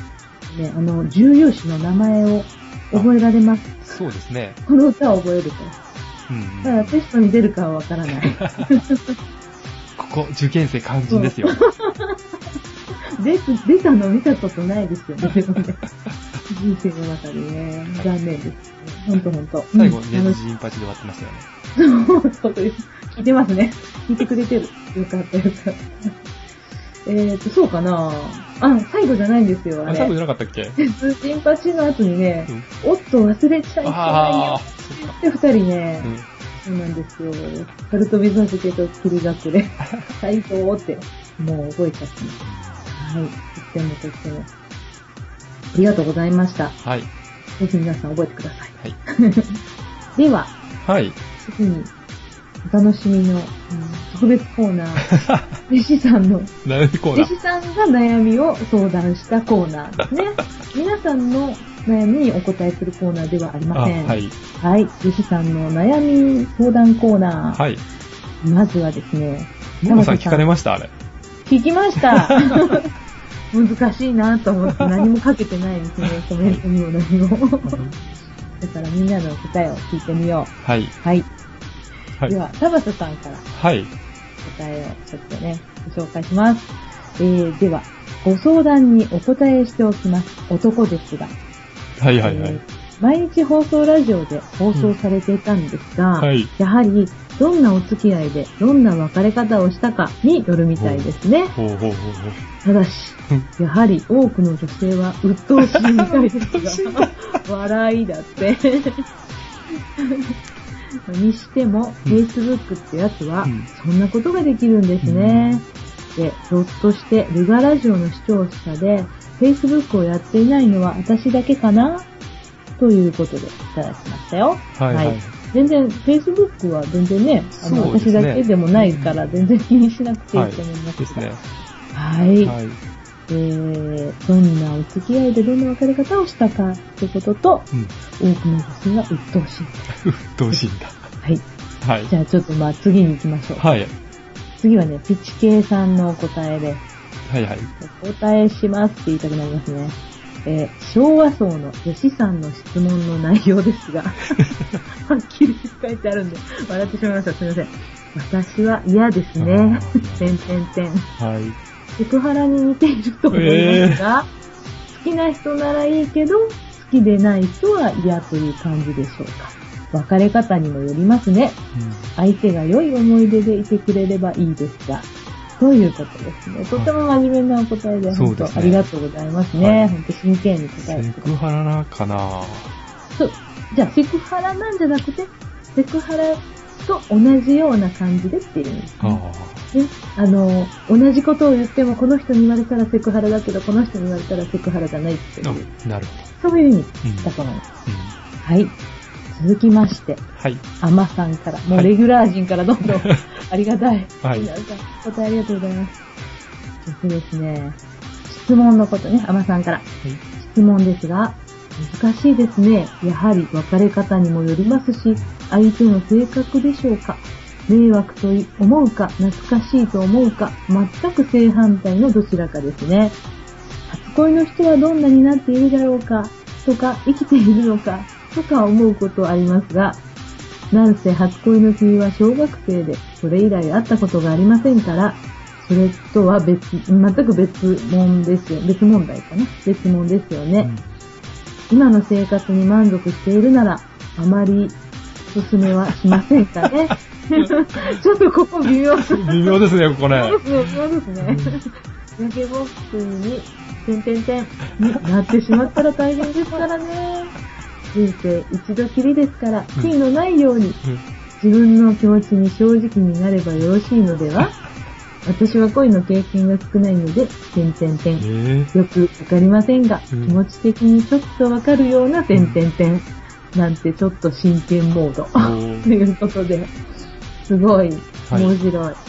S2: ね、あの、重要詞の名前を覚えられます。
S1: そうですね。
S2: この歌を覚えると。
S1: うん、
S2: ただテストに出るかはわからない。
S1: ここ、受験生肝心ですよ。
S2: 出, 出たの見たことないですよね。人生の中でね、残念です、ね。ほんとほんと。
S1: 最後、ネズジンパチで終わってましたよ
S2: ね。そう、そうです。聞いてますね。聞いてくれてる。よかったよかった。えーと、そうかなあ、最後じゃないんですよ、あれ。
S1: あ、最後じゃなかったっけ？
S2: ネズジンパチの後にね、うん、おっと忘れちゃいけないよって二人ね、うんそうなんですよ。カルトビザ漬けと霧隠れ。最高って、もう覚えちゃってます。はい。とってもとっても。ありがとうございました。
S1: はい。
S2: ぜひ皆さん覚えてください。
S1: はい。
S2: では、
S1: はい。
S2: 次に、お楽しみの、うん、特別コーナー。弟子さんの、
S1: 悩みコーナー。
S2: 弟子さんが悩みを相談したコーナーですね。皆さんの悩みにお答えするコーナーではありません。
S1: はい。
S2: はい。弟子さんの悩み相談コーナー。
S1: はい。
S2: まずはですね。
S1: ももさん聞かれましたあれ。
S2: 聞きました。難しいなと思って何もかけてないですね。コメントにも何も。だからみんなの答えを聞いてみよう。
S1: はい。
S2: はい。はい、では、田畑さんから。
S1: はい。
S2: 答えをちょっとね、ご紹介します。えー、では、ご相談にお答えしておきます。男ですが。
S1: はいはいはい、えー。
S2: 毎日放送ラジオで放送されていたんですが、
S1: うんはい、
S2: やはりどんなお付き合いでどんな別れ方をしたかによるみたいですね。
S1: ほうほうほうほう
S2: ただし、やはり多くの女性は鬱陶しいみたいですが、笑いだって。にしても、うん、Facebook ってやつは、そんなことができるんですね。うん、で、ひょっとしてルガラジオの視聴者で、Facebook をやっていないのは私だけかなということでいただきましたよ。
S1: はい、はい。はい。
S2: 全然、Facebook は全然ね、あの、ね、私だけでもないから全然気にしなくていいと思います。
S1: ですね。
S2: はい。はい。えー、どんなお付き合いでどんな別れ方をしたかってことと、うん、多くの女性が鬱陶しい。
S1: 鬱陶しいんだ。
S2: はい。
S1: はい。
S2: じゃあちょっとまあ次に行きましょう。
S1: はい。
S2: 次はね、ピチケイさんのお答えです。
S1: はいはい。
S2: お答えしますって言いたくなりますね。えー、昭和層の弟子さんの質問の内容ですが、はっきり書いてあるんで、笑ってしまいました。すみません。私は嫌ですね。てんてんてん。
S1: はい。
S2: セクハラに似ていると思いますが、えー、好きな人ならいいけど、好きでない人は嫌という感じでしょうか。別れ方にもよりますね。うん、相手が良い思い出でいてくれればいいですが、ということですね。とても真面目なお答えで、本当、ね、ありがとうございますね。はい、本当真剣に答えてください。
S1: セクハラかな
S2: そう。じゃあ、セクハラなんじゃなくて、セクハラと同じような感じでっていうんですね。あ, ねあの、同じことを言っても、この人に言われたらセクハラだけど、この人に言われたらセクハラじゃないっていう。
S1: なるほど。
S2: そういう意味だと思います。うんうん、はい。続きまして、
S1: はい。
S2: アマさんから、もうレギュラー陣からどんどん、はい、ありがたい。
S1: はい。
S2: 皆さん、答えありがとうございます。えっとですね、 質問のことね、アマさんから。はい、質問ですが、難しいですね。やはり別れ方にもよりますし、相手の性格でしょうか。迷惑と思うか、懐かしいと思うか、全く正反対のどちらかですね。初恋の人はどんなになっているだろうか、とか、生きているのか、とか思うことありますが、なんせ初恋の君は小学生で、それ以来会ったことがありませんから、それとは別、全く別問ですよ。別問題かな。別問ですよね。うん、今の生活に満足しているなら、あまりおすすめはしませんかね。ちょっとここ微妙です。
S1: 微妙ですね、ここね。
S2: そうですね、微妙ですね。焼けぼっくりに、てんてんてんになってしまったら大変ですからね。人生一度きりですから、悔いのないように、自分の気持ちに正直になればよろしいのでは？私は恋の経験が少ないので、てんてんてん。よくわかりませんが、うん、気持ち的にちょっとわかるようなてんてんてん。なんてちょっと真剣モード。ということで、すごい面白い。はい、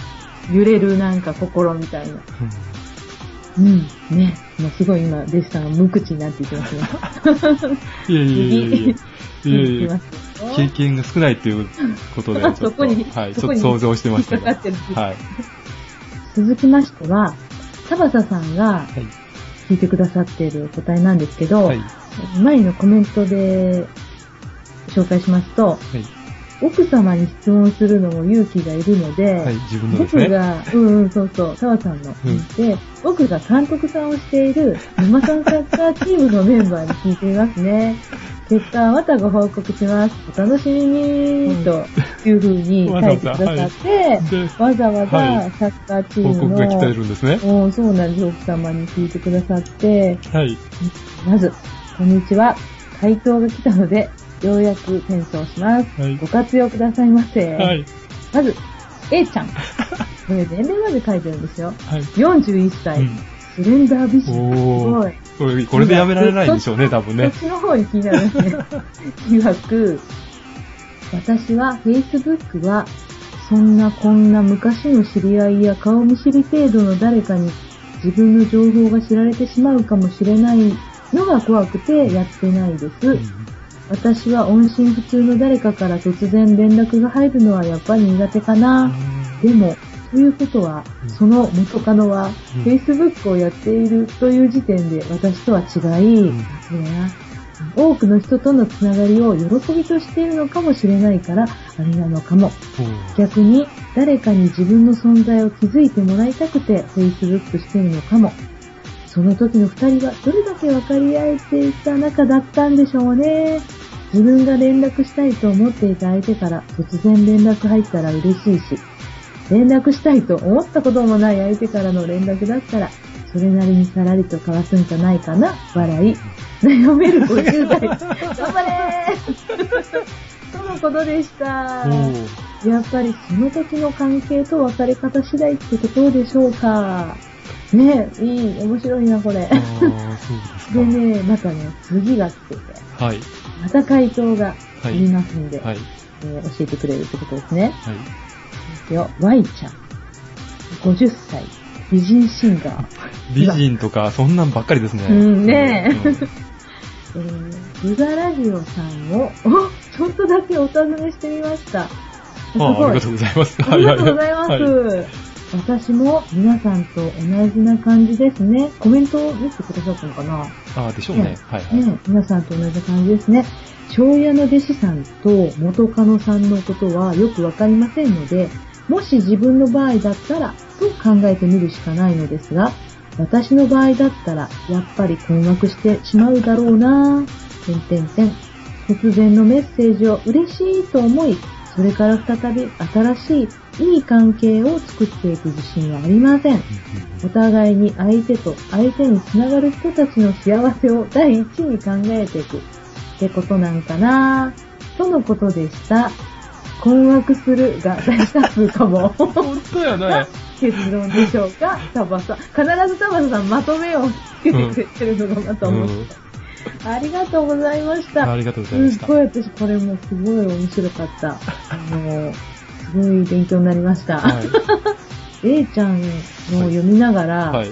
S2: 揺れるなんか心みたいな。うん、うん、ね。もうすごい今、弟子さんが無口になっていきますね。
S1: いやいやいやいやいやいや経験が少ないということで、ちょっと、
S2: そこに、
S1: はい、ちょっと想像してましたけど。はい。
S2: 続きましては、田畑さんが聞いてくださっている答えなんですけど、はい、前のコメントで紹介しますと、はい、奥様に質問するのも勇気がいるので、
S1: はい、自分のですね、
S2: 僕が、うんうん、そうそう、田畑さんの聞いて、うん、僕が監督さんをしている沼さんサッカーチームのメンバーに聞いていますね。結果はまたご報告します。お楽しみに、うん、というふうに書いてくださって、わざわざサッカーチームの、
S1: 報告が来てるんですね。
S2: おそうなんです。奥様に聞いてくださって、
S1: はい、
S2: まず、こんにちは。回答が来たので、ようやく転送します。はい、ご活用くださいませ。はい、まず、A ちゃん。これ年齢まで書いてるんですよ。はい、よんじゅういっさい。うん、スレンダー美人。すごい。
S1: これ、これでやめられないんでしょうね、多分ね。
S2: そっちの方に気になるんですね。曰く、私は Facebook は、そんなこんな昔の知り合いや顔見知り程度の誰かに自分の情報が知られてしまうかもしれないのが怖くてやってないです。うん、私は音信不通の誰かから突然連絡が入るのはやっぱり苦手かな。うん、でも、ということは、うん、その元カノは、うん、Facebook をやっているという時点で私とは違い、うん、そうだな、多くの人とのつながりを喜びとしているのかもしれないから、あれなのかも。うん、逆に、誰かに自分の存在を気づいてもらいたくて Facebook しているのかも。その時の二人はどれだけ分かり合えていた仲だったんでしょうね。自分が連絡したいと思っていた相手から突然連絡入ったら嬉しいし、連絡したいと思ったこともない相手からの連絡だったら、それなりにさらりと交わすんじゃないかな、笑い。悩めるごじゅう代。頑張れーとのことでした。やっぱりその時の関係と別れ方次第ってところでしょうか。ねえ、いい、面白いな、これ。でね、またね、次が来てて、はい、また回答がありますんで、はいはいえー、教えてくれるってことですね。はいよ、Y ちゃん。ごじゅっさい。美人シンガー。
S1: 美人とか、そんなんばっかりですね。
S2: うんねえ。うんえー、ビガラジオさんを、おちょっとだけお尋ねしてみました。すごい。
S1: あ、ありがとうございます。
S2: ありがとうございます。はい、私も皆さんと同じな感じですね。コメントを見てくださったのかな
S1: あ、でしょうね。ねはいはい、
S2: ね。皆さんと同じ感じですね。庄屋の弟子さんと元カノさんのことはよくわかりませんので、もし自分の場合だったらと考えてみるしかないのですが、私の場合だったらやっぱり困惑してしまうだろうなぁ。てんてんてん。突然のメッセージを嬉しいと思い、それから再び新しいいい関係を作っていく自信はありません。お互いに相手と相手につながる人たちの幸せを第一に考えていくってことなんかなぁ。とのことでした。困惑するが大多数かも。
S1: 本当やね。
S2: 結論でしょうか、タバさん。必ずタバさんまとめをつけてくれてるのがまた面白い、うんうん。ありがとうございました。
S1: ありがとうございました。
S2: すごい私これもすごい面白かった。あの、すごい勉強になりました。はい、A ちゃんの読みながら、はい、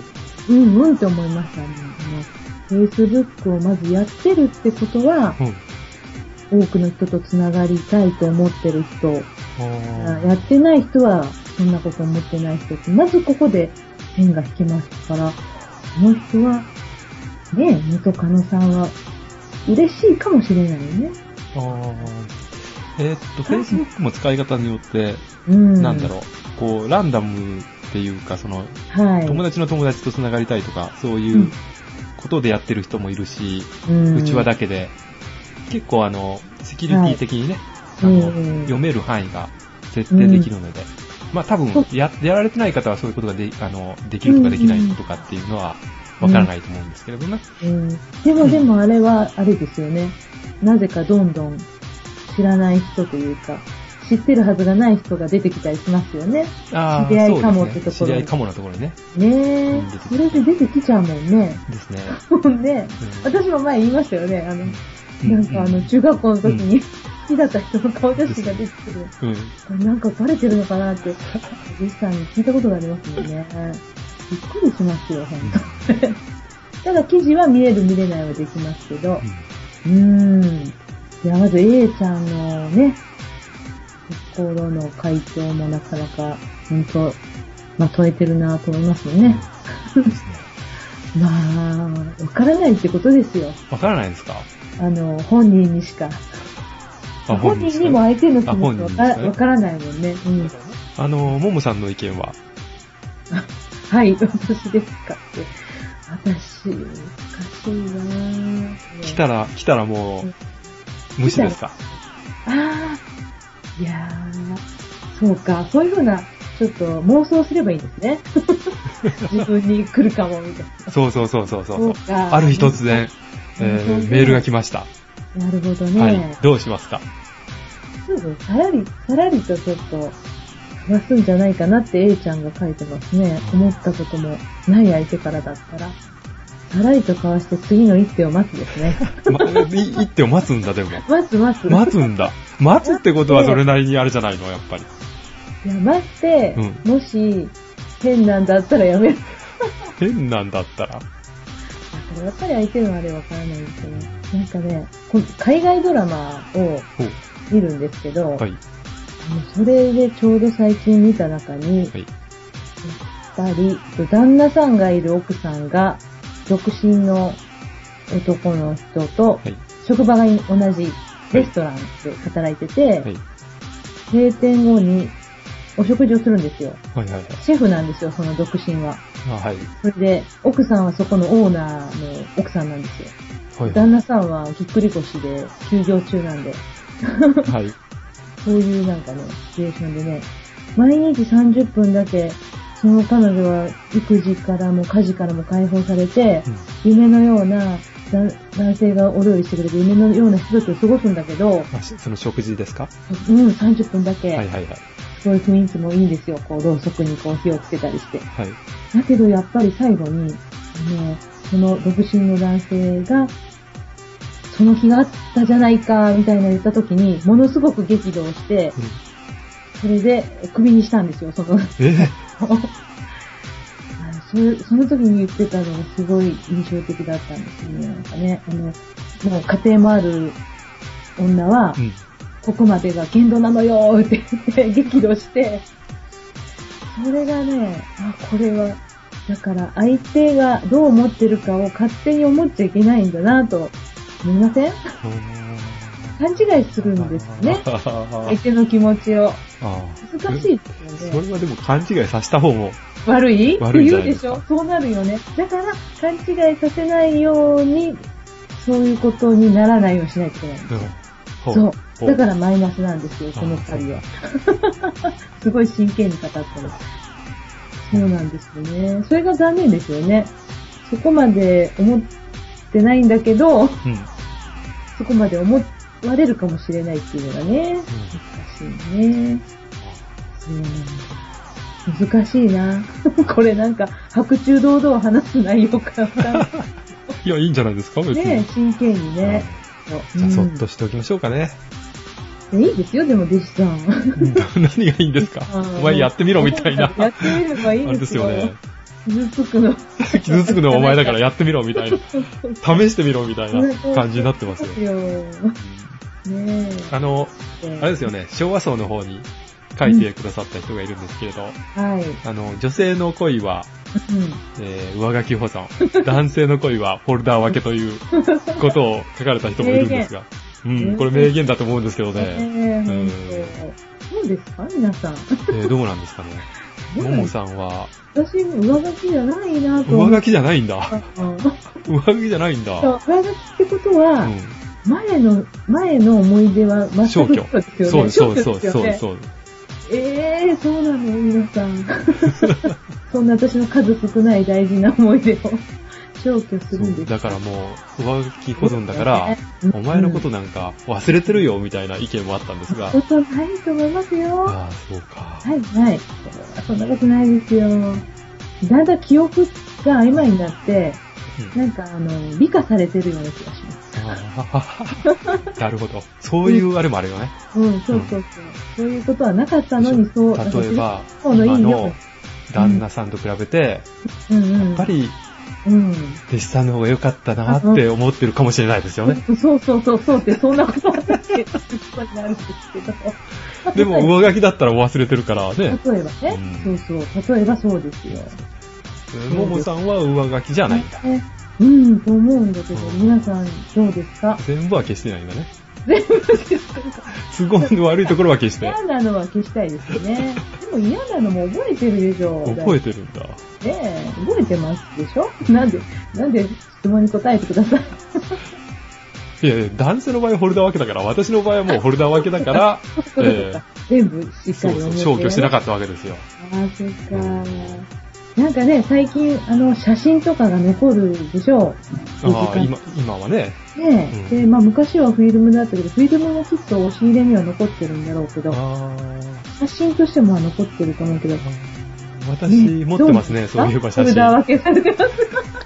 S2: うんうんって思いましたね。Facebook をまずやってるってことは、うん、多くの人とつながりたいと思ってる人、やってない人はそんなこと思ってない人って、まずここで線が引けましたから、その人は、ね、元カノさんは嬉しいかもしれないよね。
S1: あえー、っと、Facebook も使い方によって、うん、なんだろう、こう、ランダムっていうか、その、はい、友達の友達とつながりたいとか、そういうことでやってる人もいるし、うん、うちわだけで、結構あの、セキュリティ的にね、はい、あの、うん、読める範囲が設定できるので、うん、まあ多分や、やられてない方はそういうことがで、あの、できるとかできないとかっていうのは、わからないと思うんですけれどね。
S2: うんうん、でもでもあれは、あれですよね。なぜかどんどん知らない人というか、知ってるはずがない人が出てきたりしますよね。
S1: あ
S2: 知り合いかもってところ、ね。
S1: 知り合いかものところにね。
S2: ねえ。それで出てきちゃうもんね。
S1: ですね。
S2: ね、うん、私も前言いましたよね。あの、うん、なんかあの、中学校の時に、うん、好きだった人の顔写真が出てくる。うん、なんかバレてるのかなって、実際に聞いたことがありますもんね。びっくりしますよ、ほんと。ただ記事は見れる見れないはできますけど、うん、うーん。いや、まず A ちゃんのね、心の回答もなかなか、ほんと、まとえてるなと思いますよね。まあ、わからないってことですよ。
S1: わからないですか？
S2: あの、本人にしか。本人にも相手の気持ちわから、ね、からないもんね。うん。
S1: あの、ももさんの意見は
S2: はい、私ですかって。私、難しいなぁ。
S1: 来たら、来たらもう、無視ですか？
S2: ああ、いやー、そうか、そういうふうな、ちょっと妄想すればいいんですね。自分に来るかも、みたいな。
S1: そうそうそうそうそう。そうかある日突然、えー、メールが来ました。
S2: なるほどね。
S1: はい、どうしますか？
S2: すぐ、さらり、さらりとちょっと、話すんじゃないかなって A ちゃんが書いてますね。思ったこともない相手からだったら。さらりと交わして次の一手を待つですね。
S1: ま、一手を待つんだ、でも。
S2: 待つ待つ。
S1: 待つんだ。待つってことはそれなりにあれじゃないの、やっぱり。
S2: いや、待って、うん、もし、変なんだったらやめる。
S1: 変なんだったら
S2: やっぱり相手のあれわからないんですよね。なんかね、海外ドラマを見るんですけど、はい、それでちょうど最近見た中に、はい、やっぱり、旦那さんがいる奥さんが、独身の男の人と、はい、職場が同じレストランで働いてて、はい、閉店後にお食事をするんですよ。はいはいはい、シェフなんですよ、その独身は。あ、はい、それで、奥さんはそこのオーナーの奥さんなんですよ。はいはい、旦那さんはぎっくり腰で休業中なんで。はい、そういうなんかね、シチュエーションでね、毎日さんじゅっぷんだけ、その彼女は育児からも家事からも解放されて、うん、夢のような男性がお料理してくれて夢のようなひとときを過ごすんだけど、
S1: その食事ですか？
S2: うん、さんじゅっぷんだけ。
S1: はいはいはい。
S2: そういう雰囲気もいいんですよ。こう、ろうそくにこう火をつけたりして。はい。だけどやっぱり最後に、あの、その独身の男性が、その日があったじゃないか、みたいな言った時に、ものすごく激怒をして、うん、それで、クビにしたんですよ、その。えそ, その時に言ってたのがすごい印象的だったんですよね。なんかね、あの、もう家庭もある女は、うん、ここまでが限度なのよーって言って激怒して、それがね、あ、これは、だから相手がどう思ってるかを勝手に思っちゃいけないんだなと思いません？勘違いするんですよね。相手の気持ちを。難しいですよね。
S1: それはでも勘違いさせた方も
S2: 悪いって言うでしょ？そうなるよね。だから勘違いさせないように、そういうことにならないようにしないといけないんですよ。そう。だからマイナスなんですよ、この二人は。すごい真剣に語ってます。そうなんですよね。それが残念ですよね。そこまで思ってないんだけど、うん、そこまで思われるかもしれないっていうのがね、難しいね。うん、難しいな。これなんか白昼堂々話す内容かわかんない。
S1: いや、いいんじゃないですか、別に。
S2: ね、真剣にね。
S1: じゃあ、そっとしておきましょうかね。
S2: いいですよ、でも、弟子さん。
S1: 何がいいんですか？お前やってみろみたいな。
S2: やってみればいいですよ。
S1: あれですよね。
S2: 傷つくの。
S1: 傷つくのはお前だからやってみろみたいな。試してみろみたいな感じになってますよ。ねえ。あの、あれですよね、昭和層の方に書いてくださった人がいるんですけれど、うん、はい。あの、女性の恋は、うんえー、上書き保存、男性の恋はフォルダー分けということを書かれた人もいるんですが、うん、これ名言だと思うんですけどね。えー、うん、
S2: そうですか皆さん。
S1: えー、どうなんですかね。ももさんは、
S2: 私、上書きじゃないなと思
S1: う。上書きじゃないんだ。上書きじゃないんだ。
S2: 上書きってことは、うん、前の、前の思い出は全くそうですよね。
S1: そうそうそうそうそう。
S2: ええー、そうなの皆さん。そんな私の数少ない大事な思い出を消去するんです。
S1: だからもう、上書き保存だから、うん、お前のことなんか忘れてるよみたいな意見もあったんですが。
S2: そんなことないと思いますよ。
S1: ああ、そうか。
S2: はいはい。そんなことないですよ。だんだん記憶が曖昧になって、うん、なんかあの、美化されてるような気がします。
S1: なるほど。そういうあれもあるよね。
S2: うん、そうそうそう。そういうことはなかったのに、そう。
S1: 例えば、今の旦那さんと比べて、うん、やっぱり、うん、弟子さんの方が良かったなって思ってるかもしれないですよね。
S2: そうそうそう、そうって、そんなことはないけど、ことになるんですけど。
S1: でも、上書きだったら忘れてるからね。
S2: 例えばね、うん、そうそう、例えばそうですよ。
S1: ももさんは上書きじゃないんだ。
S2: うん、と思うんだけど、うん、皆さんどうですか？
S1: 全部は消してないんだね。
S2: 全部消してない。
S1: 都合の悪いところは消して。
S2: 嫌なのは消したいですよね。でも嫌なのも覚えてるでしょ。
S1: 覚えてるんだ。
S2: ねえ、覚えてますでしょ？なんで、なんで質問に答えてください。
S1: いやいや、男性の場合はフォルダ分けだから、私の場合はもうフォルダ分けだから、
S2: えー、全部しっかり覚えて、ね、
S1: そうそう、消去してなかったわけですよ。
S2: ああ、そっかー。なんかね、最近、あの、写真とかが残るでしょう。
S1: ああ、今、今はね。
S2: ねえ、うん、で、まあ昔はフィルムだったけど、フィルムもきっと押し入れには残ってるんだろうけど、写真としてもは残ってると思うけど。
S1: 私、ね、持ってますね、そういう写真。フォル
S2: ダ分けされてます。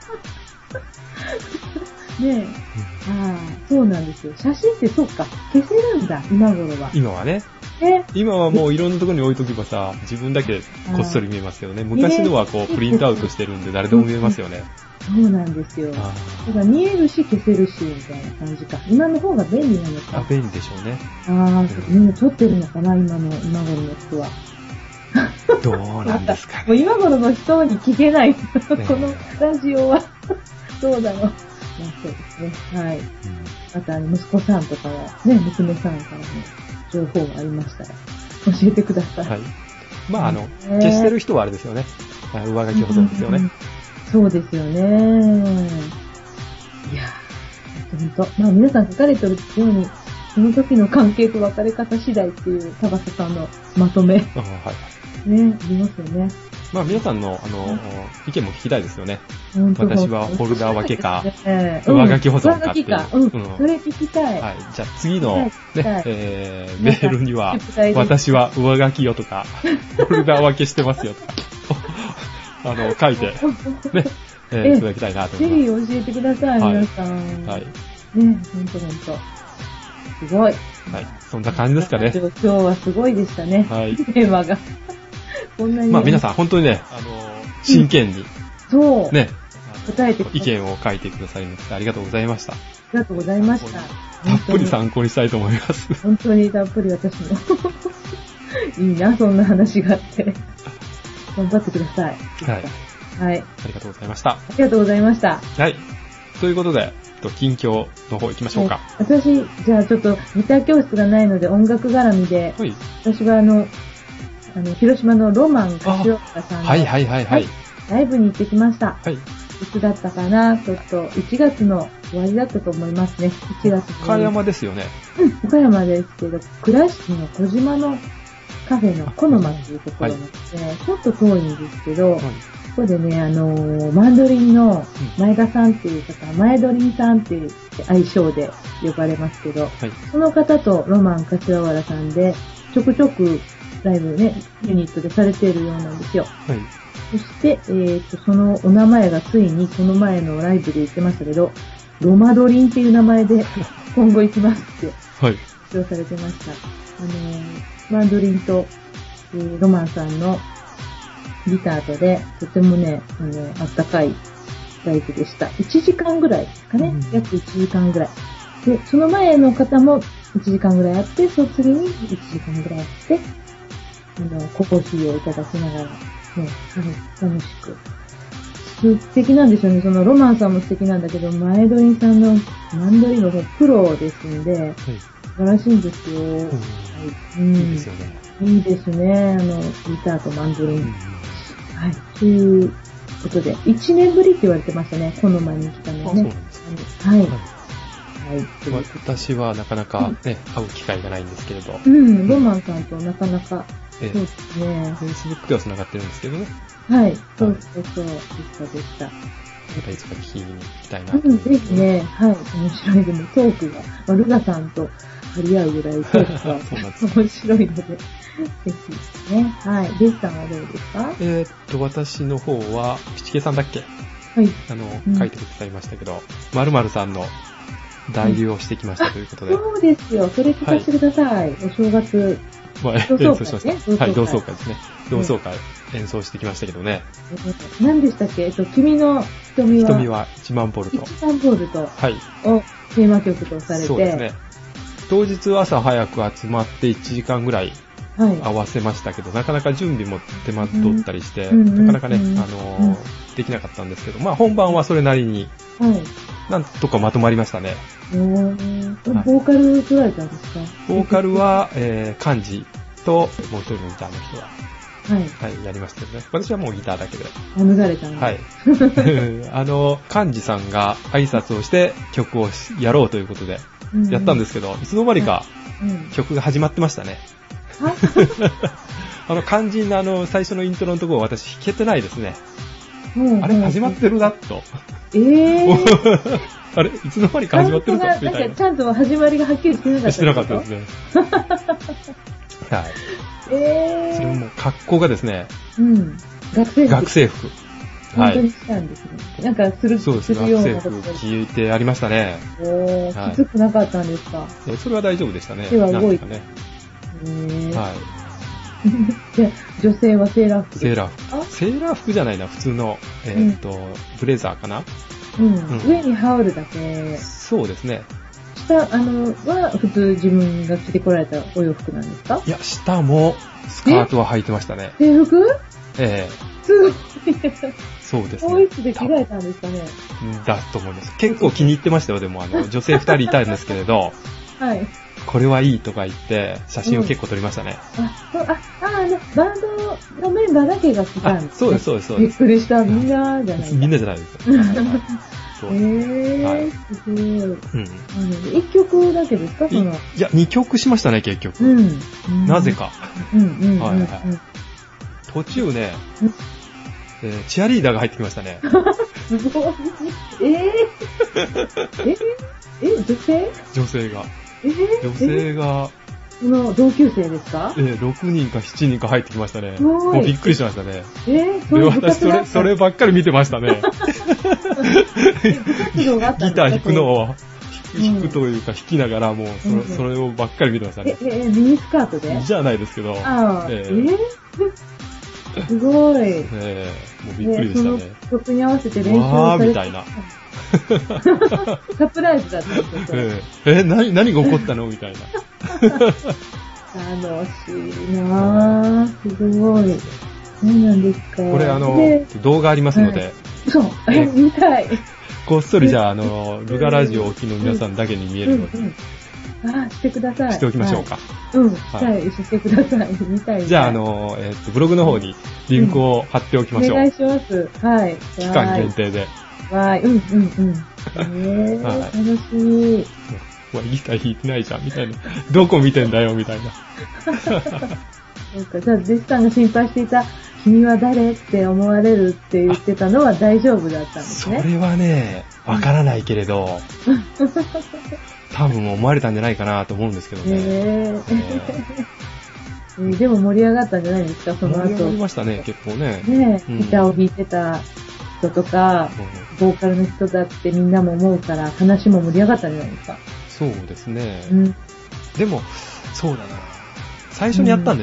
S2: ねえ、うん、ああ、そうなんですよ。写真ってそっか、消せるんだ、今頃は。
S1: 今はね。今はもういろんなところに置いとけばさ、自分だけこっそり見えますけどね。昔のはこうプリントアウトしてるんで誰でも見えますよね。
S2: そうなんですよ。だから見えるし消せるしみたいな感じか。今の方が便利なのか。
S1: あ、便利でしょうね。
S2: ああ、うん、みんな撮ってるのかな、今の、今頃の人は。
S1: どうなんですかね。
S2: もう今頃の人に聞けない。このラジオは。どうだろう。まあそうですね。はい。うん、また息子さんとかは、ね、娘さんからね。情報がありましたら教えてください。はい。
S1: まああの、えー、消してる人はあれですよね。上書き保存ですよね。
S2: うん、そうですよね。いやー、ほんとほんと。まあ皆さん書かれてるように、その時の関係と別れ方次第っていう田畑さんのまとめ。あ、はい。ね、ありますよね。
S1: まあ皆さんの、あの、意見も聞きたいですよね。私はフォルダ分けか、上書き保存かっていう。
S2: うん、それ聞きたい。
S1: はい。じゃあ次の、ね、えー、メールには、私は上書きよとか、フォルダ分けしてますよとか、あの、書いて、ね、えー、いただきたいなと思います。
S2: ぜひ教えてください、皆さん。はい。ね、ほんとほんと。すごい。
S1: はい。そんな感じですかね。
S2: 今日はすごいでしたね。はい。テーマが。こんなに。
S1: まあ皆さん本当にね、あの、真剣に、
S2: そう。
S1: ね、
S2: 答えて
S1: 意見を書いてくださいましてありがとうございました。あ
S2: りがとうございました。
S1: たっぷり参考にしたいと思います。
S2: 本当にたっぷり私も。いいな、そんな話があって。頑張ってください。
S1: はい。
S2: はい。あ
S1: りがとうございました。あ
S2: りがとうございました。
S1: はい。ということで、近況の方行きましょうか。
S2: はい、私、じゃあちょっとギター教室がないので音楽絡みで、はい、私はあの、あの、広島のロマン柏原さんの、
S1: はいはいはいはい。
S2: ライブに行ってきました。はい。いつだったかな、ちょっといちがつの終わりだったと思いますね。いちがつの。
S1: 岡山ですよね。
S2: うん、岡山ですけど、倉敷の小島のカフェのコノマっていうところなので、はい、ちょっと遠いんですけど、はい、ここでね、あのー、マンドリンの前田さんっていう方、うん、前ドリンさんっていう愛称で呼ばれますけど、はい、その方とロマン柏原さんで、ちょくちょくライブね、ユニットでされているようなんですよ。はい、そして、えーと、そのお名前がついにこの前のライブで言ってましたけど、ロマドリンっていう名前で今後行きますって発表されてました。はい、あのー、マンドリンと、えー、ロマンさんのギターとで、とてもね、あの、あったかいライブでした。いちじかんぐらいですかね。うん、約いちじかんぐらい。で、その前の方もいちじかんぐらいあって、その次にいちじかんぐらいあって、あの、コーヒーをいただきながら、ね、楽しく。素敵なんですよね。そのロマンさんも素敵なんだけど、前撮りさんのマンドリンのプロですんで、はい、素晴らしいんですよ。うんはいうん、いいですよね。いいですね。あの、ギターとマンドリン。うん、はい。ということで、いちねんぶりって言われてましたね。この前に来たのね。あ、そうなんですか。はい。はいはい、
S1: 私はなかなかね、うん、会う機会がないんですけれど。
S2: うん、ロマンさんとなかなか、ええ、そうですね。
S1: Facebook では繋がってるんですけどね。
S2: はい、そうそうそう、でしたでした。
S1: またいつか聞きに行きたいなと思
S2: います。うん、ぜひね、はい、面白いでもトークが、まあ、ルガさんと張り合うぐらいトークが面白いので、ぜひね、はい。デジさんはどうですか？
S1: えー、っと、私の方は、ピチケさんだっけ？はい。あの、うん、書いてくださいましたけど、〇〇さんの代理をしてきましたということで。
S2: そうですよ。それ聞かせてください。はい、お正月。
S1: まあ、演奏しました。はい、同窓会ですね。同窓会演奏してきましたけどね。
S2: 何でしたっけ？えっと、君の瞳は。
S1: 瞳はいちまんボルト。い
S2: ちまんボルト。
S1: はい。
S2: をテーマ曲とされて。
S1: そうですね。当日朝早く集まっていちじかんぐらい合わせましたけど、はい、なかなか準備も手間取ったりして、うん、なかなかね、うん、あのーうん、できなかったんですけど、まあ本番はそれなりに、はい、なんとかまとまりましたね。
S2: おー、ボーカル取られたんですか？
S1: ボーカルは、えー、幹事と、もう一人のギターの人は、はい、はい、やりましたけどね。私はもうギターだけで。
S2: 脱がれたんで。
S1: はい。あの、幹事さんが挨拶をして曲をやろうということで、やったんですけど、いつの間にか曲が始まってましたね。あの、肝心なあの、最初のイントロのところ私弾けてないですね。あれ始まってるな、と。えー、あれいつの間にか始まってるぞみたいな。
S2: なんかちゃんと始まりがはっきりしてなかった。
S1: してなかったですね。はい。えー、それも格好がですね、
S2: うん、学生服。
S1: 学生服。
S2: はい。本当にしたんですね。なんかする、
S1: そうですね。学生服着てありましたね。
S2: おー、はい、きつくなかったんですか？
S1: それは大丈夫でしたね。
S2: 手は動いて。
S1: ね。
S2: へー。はい。で、女性はセーラー服。
S1: セーラー服。セーラー服じゃないな、普通の、えー、っと、うん、ブレザーかな？
S2: うん。うん、上に羽織るだけ。
S1: そうですね。
S2: 下、あの、は普通自分が着てこられたお洋服なんですか？
S1: いや、下もスカートは履いてましたね。
S2: 制服？
S1: ええ
S2: ー。すごい。
S1: そうですね。
S2: 統一で着替えたんですかね？
S1: だと思います。結構気に入ってましたよ、でも、あの、女性二人いたんですけれど。
S2: はい。
S1: これはいいとか言って、写真を結構撮りましたね。
S2: うん、あ、あ、あ、あの、バンドのメンバーだけが来たんです、ね、
S1: そうです、そうです、そうです。
S2: びっくりした。みんなじゃないですか。
S1: みんなじゃないです。
S2: へぇー、はい、すごい。うん。一曲だけですか、その。
S1: いや、二曲しましたね、結局。うん。なぜか。
S2: うん、うん、うん。はいはい。
S1: 途中ね、えー、チアリーダーが入ってきましたね。
S2: すごい。えー、ええ、女性？
S1: 女性が。
S2: えー、
S1: 女性が。
S2: その同級生ですか？
S1: えー、ろくにんかしちにんか入ってきましたね。もうびっくりしましたね。
S2: えー、それ
S1: 私それ、そればっかり見てましたね。ギター弾くのを、弾くというか弾きながらもうそれ、うん、それをばっかり見てましたね。
S2: え、え、ミニスカートで？
S1: じゃないですけど。
S2: あえー、えすごい。
S1: えー、もうびっくりでしたね。
S2: えー、その曲に合わせて練習
S1: されてみたいな。
S2: サプライズだったんですよ。
S1: えー、え何、何が起こったのみたいな。
S2: 楽しいなぁ。すごい。そうなんですか。
S1: これあの、動画ありますので。はい、
S2: そう、え、見たい。
S1: こっそりじゃあ、あの、ルガラジオをお聞きの皆さんだけに見えるので。うん
S2: うん、あ、してください。
S1: しておきましょうか。
S2: はい、うん、したい、してください。見たい。
S1: じゃあ、あの、えっと、ブログの方にリンクを貼っておきましょう。
S2: お願いします。はい。
S1: 期間限定で。
S2: わーい、うん、うん、うん。えー、はい、楽しみ。
S1: うわ、ギター弾いてないじゃん、みたいな。どこ見てんだよ、みたいな。
S2: そうか、じゃあ、弟子さんが心配していた、君は誰って思われるって言ってたのは大丈夫だったんですね。
S1: それはね、わからないけれど、多分思われたんじゃないかなと思うんですけどね。えー
S2: えー、でも盛り上がったんじゃないですか、その後。
S1: 盛り上がりましたね、結構ね。
S2: ねえ、ギターを弾いてた人とか、うん、ボーカルの人だってみんなも思うから、話も盛り上がったんじゃないですか。
S1: そうですね。うん、でも、そうだな。最初にやったんですよ。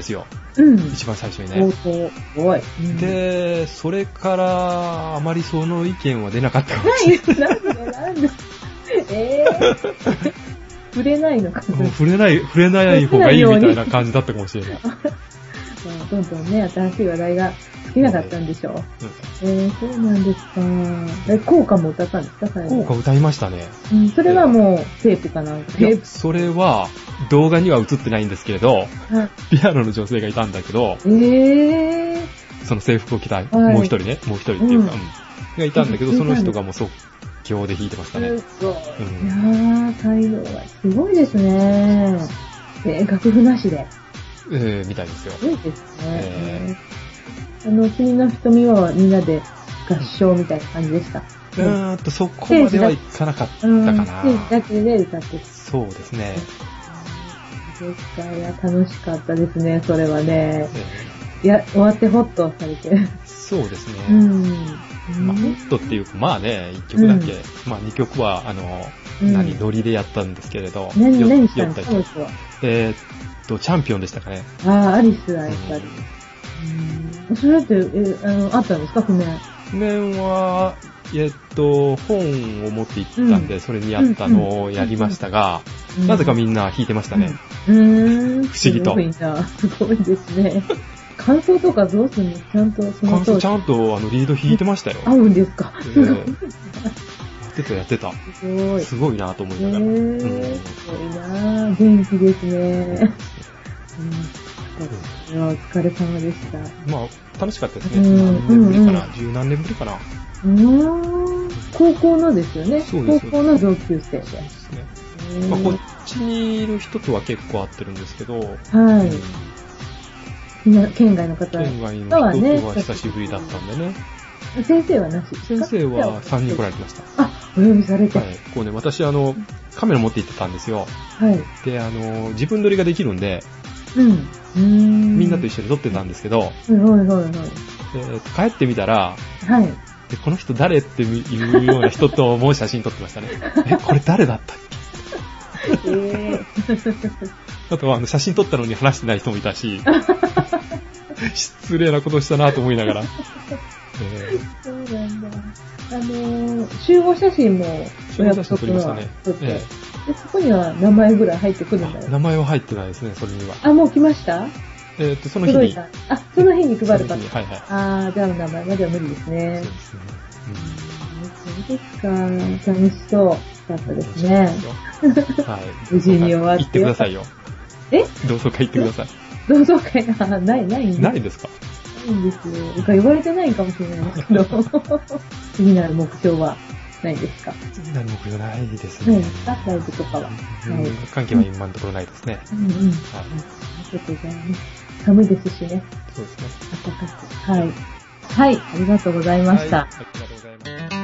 S2: うん、
S1: 一番最初にね。
S2: すごい。
S1: うん、で、それからあまりその意見は出なかったかもしれない。
S2: なんでなんでえー、触れないのかな。
S1: 触れない、触れない方がいいみたいな感じだったかもしれない。
S2: どんどんね、新しい話題が好きなかったんでしょう。うん、えー、そうなんですか。え、効果も歌ったんですか、最後。
S1: 効果歌いましたね。
S2: うん、それはもう、テープかなんか。テープ。
S1: それは、動画には映ってないんですけれど、ピアノの女性がいたんだけど、
S2: えー、
S1: その制服を着た、はい、もう一人ね、もう一人っていうか、うん、がいたんだけど、その人がもう即興で弾いてましたね。
S2: すごい。うん、いやー、才能がすごいですね。えー、楽譜なしで。
S1: えー、みたいですよ。
S2: すごいですね。えー、あの、君の瞳はみんなで合唱みたいな感じでした。
S1: うーんと、そこまではいかなかったかな。
S2: ステージだけで歌ってた。
S1: そうですね。
S2: ですか。いや、楽しかったですね、それはね。えー、いや、終わってホッとされて。
S1: そうですね。
S2: うん。
S1: まあ、ホットっていうか、まあね、一曲だけ、うん、まあ二曲は、あの、うん、何、ノリでやったんですけれど。
S2: 何、何したんですか、
S1: えー、っと、チャンピオンでしたかね。
S2: ああ、アリスはやっぱり。うん、それって、え、あの、あったんですか、譜面。
S1: 譜面は、えっと、本を持って行ったんで、うん、それにやったのをやりましたが、うんうん、なぜかみんな弾いてましたね。
S2: うん、
S1: 不思議と。
S2: すごいな、すごいですね。感想とかどうするの？ちゃんとその
S1: 感想ちゃんとあのリード弾いてましたよ。
S2: 合うんですか？
S1: えー、やってたやってた。
S2: すごい。
S1: すごいなと思いながら。
S2: えーうん、すごいな、元気ですね。うん、お疲れ様でした。
S1: まあ楽しかったですね。何年ぶりかな、十、うん、何年ぶりかな。
S2: うーん、高校のですよね。
S1: そうです。
S2: 高校の同級生で。
S1: そうですね。まあこっちにいる人とは結構会ってるんですけど。はい。
S2: うん県外の方はね。
S1: 県外の人とは久しぶりだったんでね。
S2: 先生はなしです
S1: か？先生はさんにん来られてました。
S2: あ、お呼びされて。
S1: はい。こうね、私あの、カメラ持って行ってたんですよ。
S2: はい。
S1: で、あの、自分撮りができるんで、
S2: うん。うーん
S1: みんなと一緒に撮ってたんですけど、
S2: はいはいはいはい。
S1: で、帰ってみたら、
S2: はい。
S1: で、この人誰っていうような人と思う写真撮ってましたね。え、これ誰だったっけ？えーあとはあの写真撮ったのに話してない人もいたし、失礼なことしたなと思いながら。え
S2: ー、そうなんだ。あのー、集合写真も
S1: 集合写真撮りましたね。
S2: 撮って、えー、でそこには名前ぐらい入ってくるんだよ。
S1: 名前は入ってないですね、それには。
S2: あ、もう来ました？
S1: えっと、その日に。
S2: あ、その日に配るか。
S1: はいはい。
S2: あー、じゃあ名前までは無理ですね。
S1: そうですね。
S2: うん、そうですか。楽しそうだったですね。
S1: はい。
S2: 無事に終わって。
S1: 行ってくださいよ。
S2: え？
S1: 同窓会行ってください。
S2: 同窓会がない、ないんです。
S1: ないですか？
S2: ないんですよ。なんか呼ばれてないかもしれないですけど。次なる目標はないですか？
S1: 次なる目標ないですね。
S2: ないですか？ライブとかは。はい。
S1: 関係は今のところないですね。
S2: うんうん。はい。ありがとうございます。寒いですしね。
S1: そうですね。
S2: 暖かく。はい。はい。ありがとうございました。
S1: はい。ありがとうございます。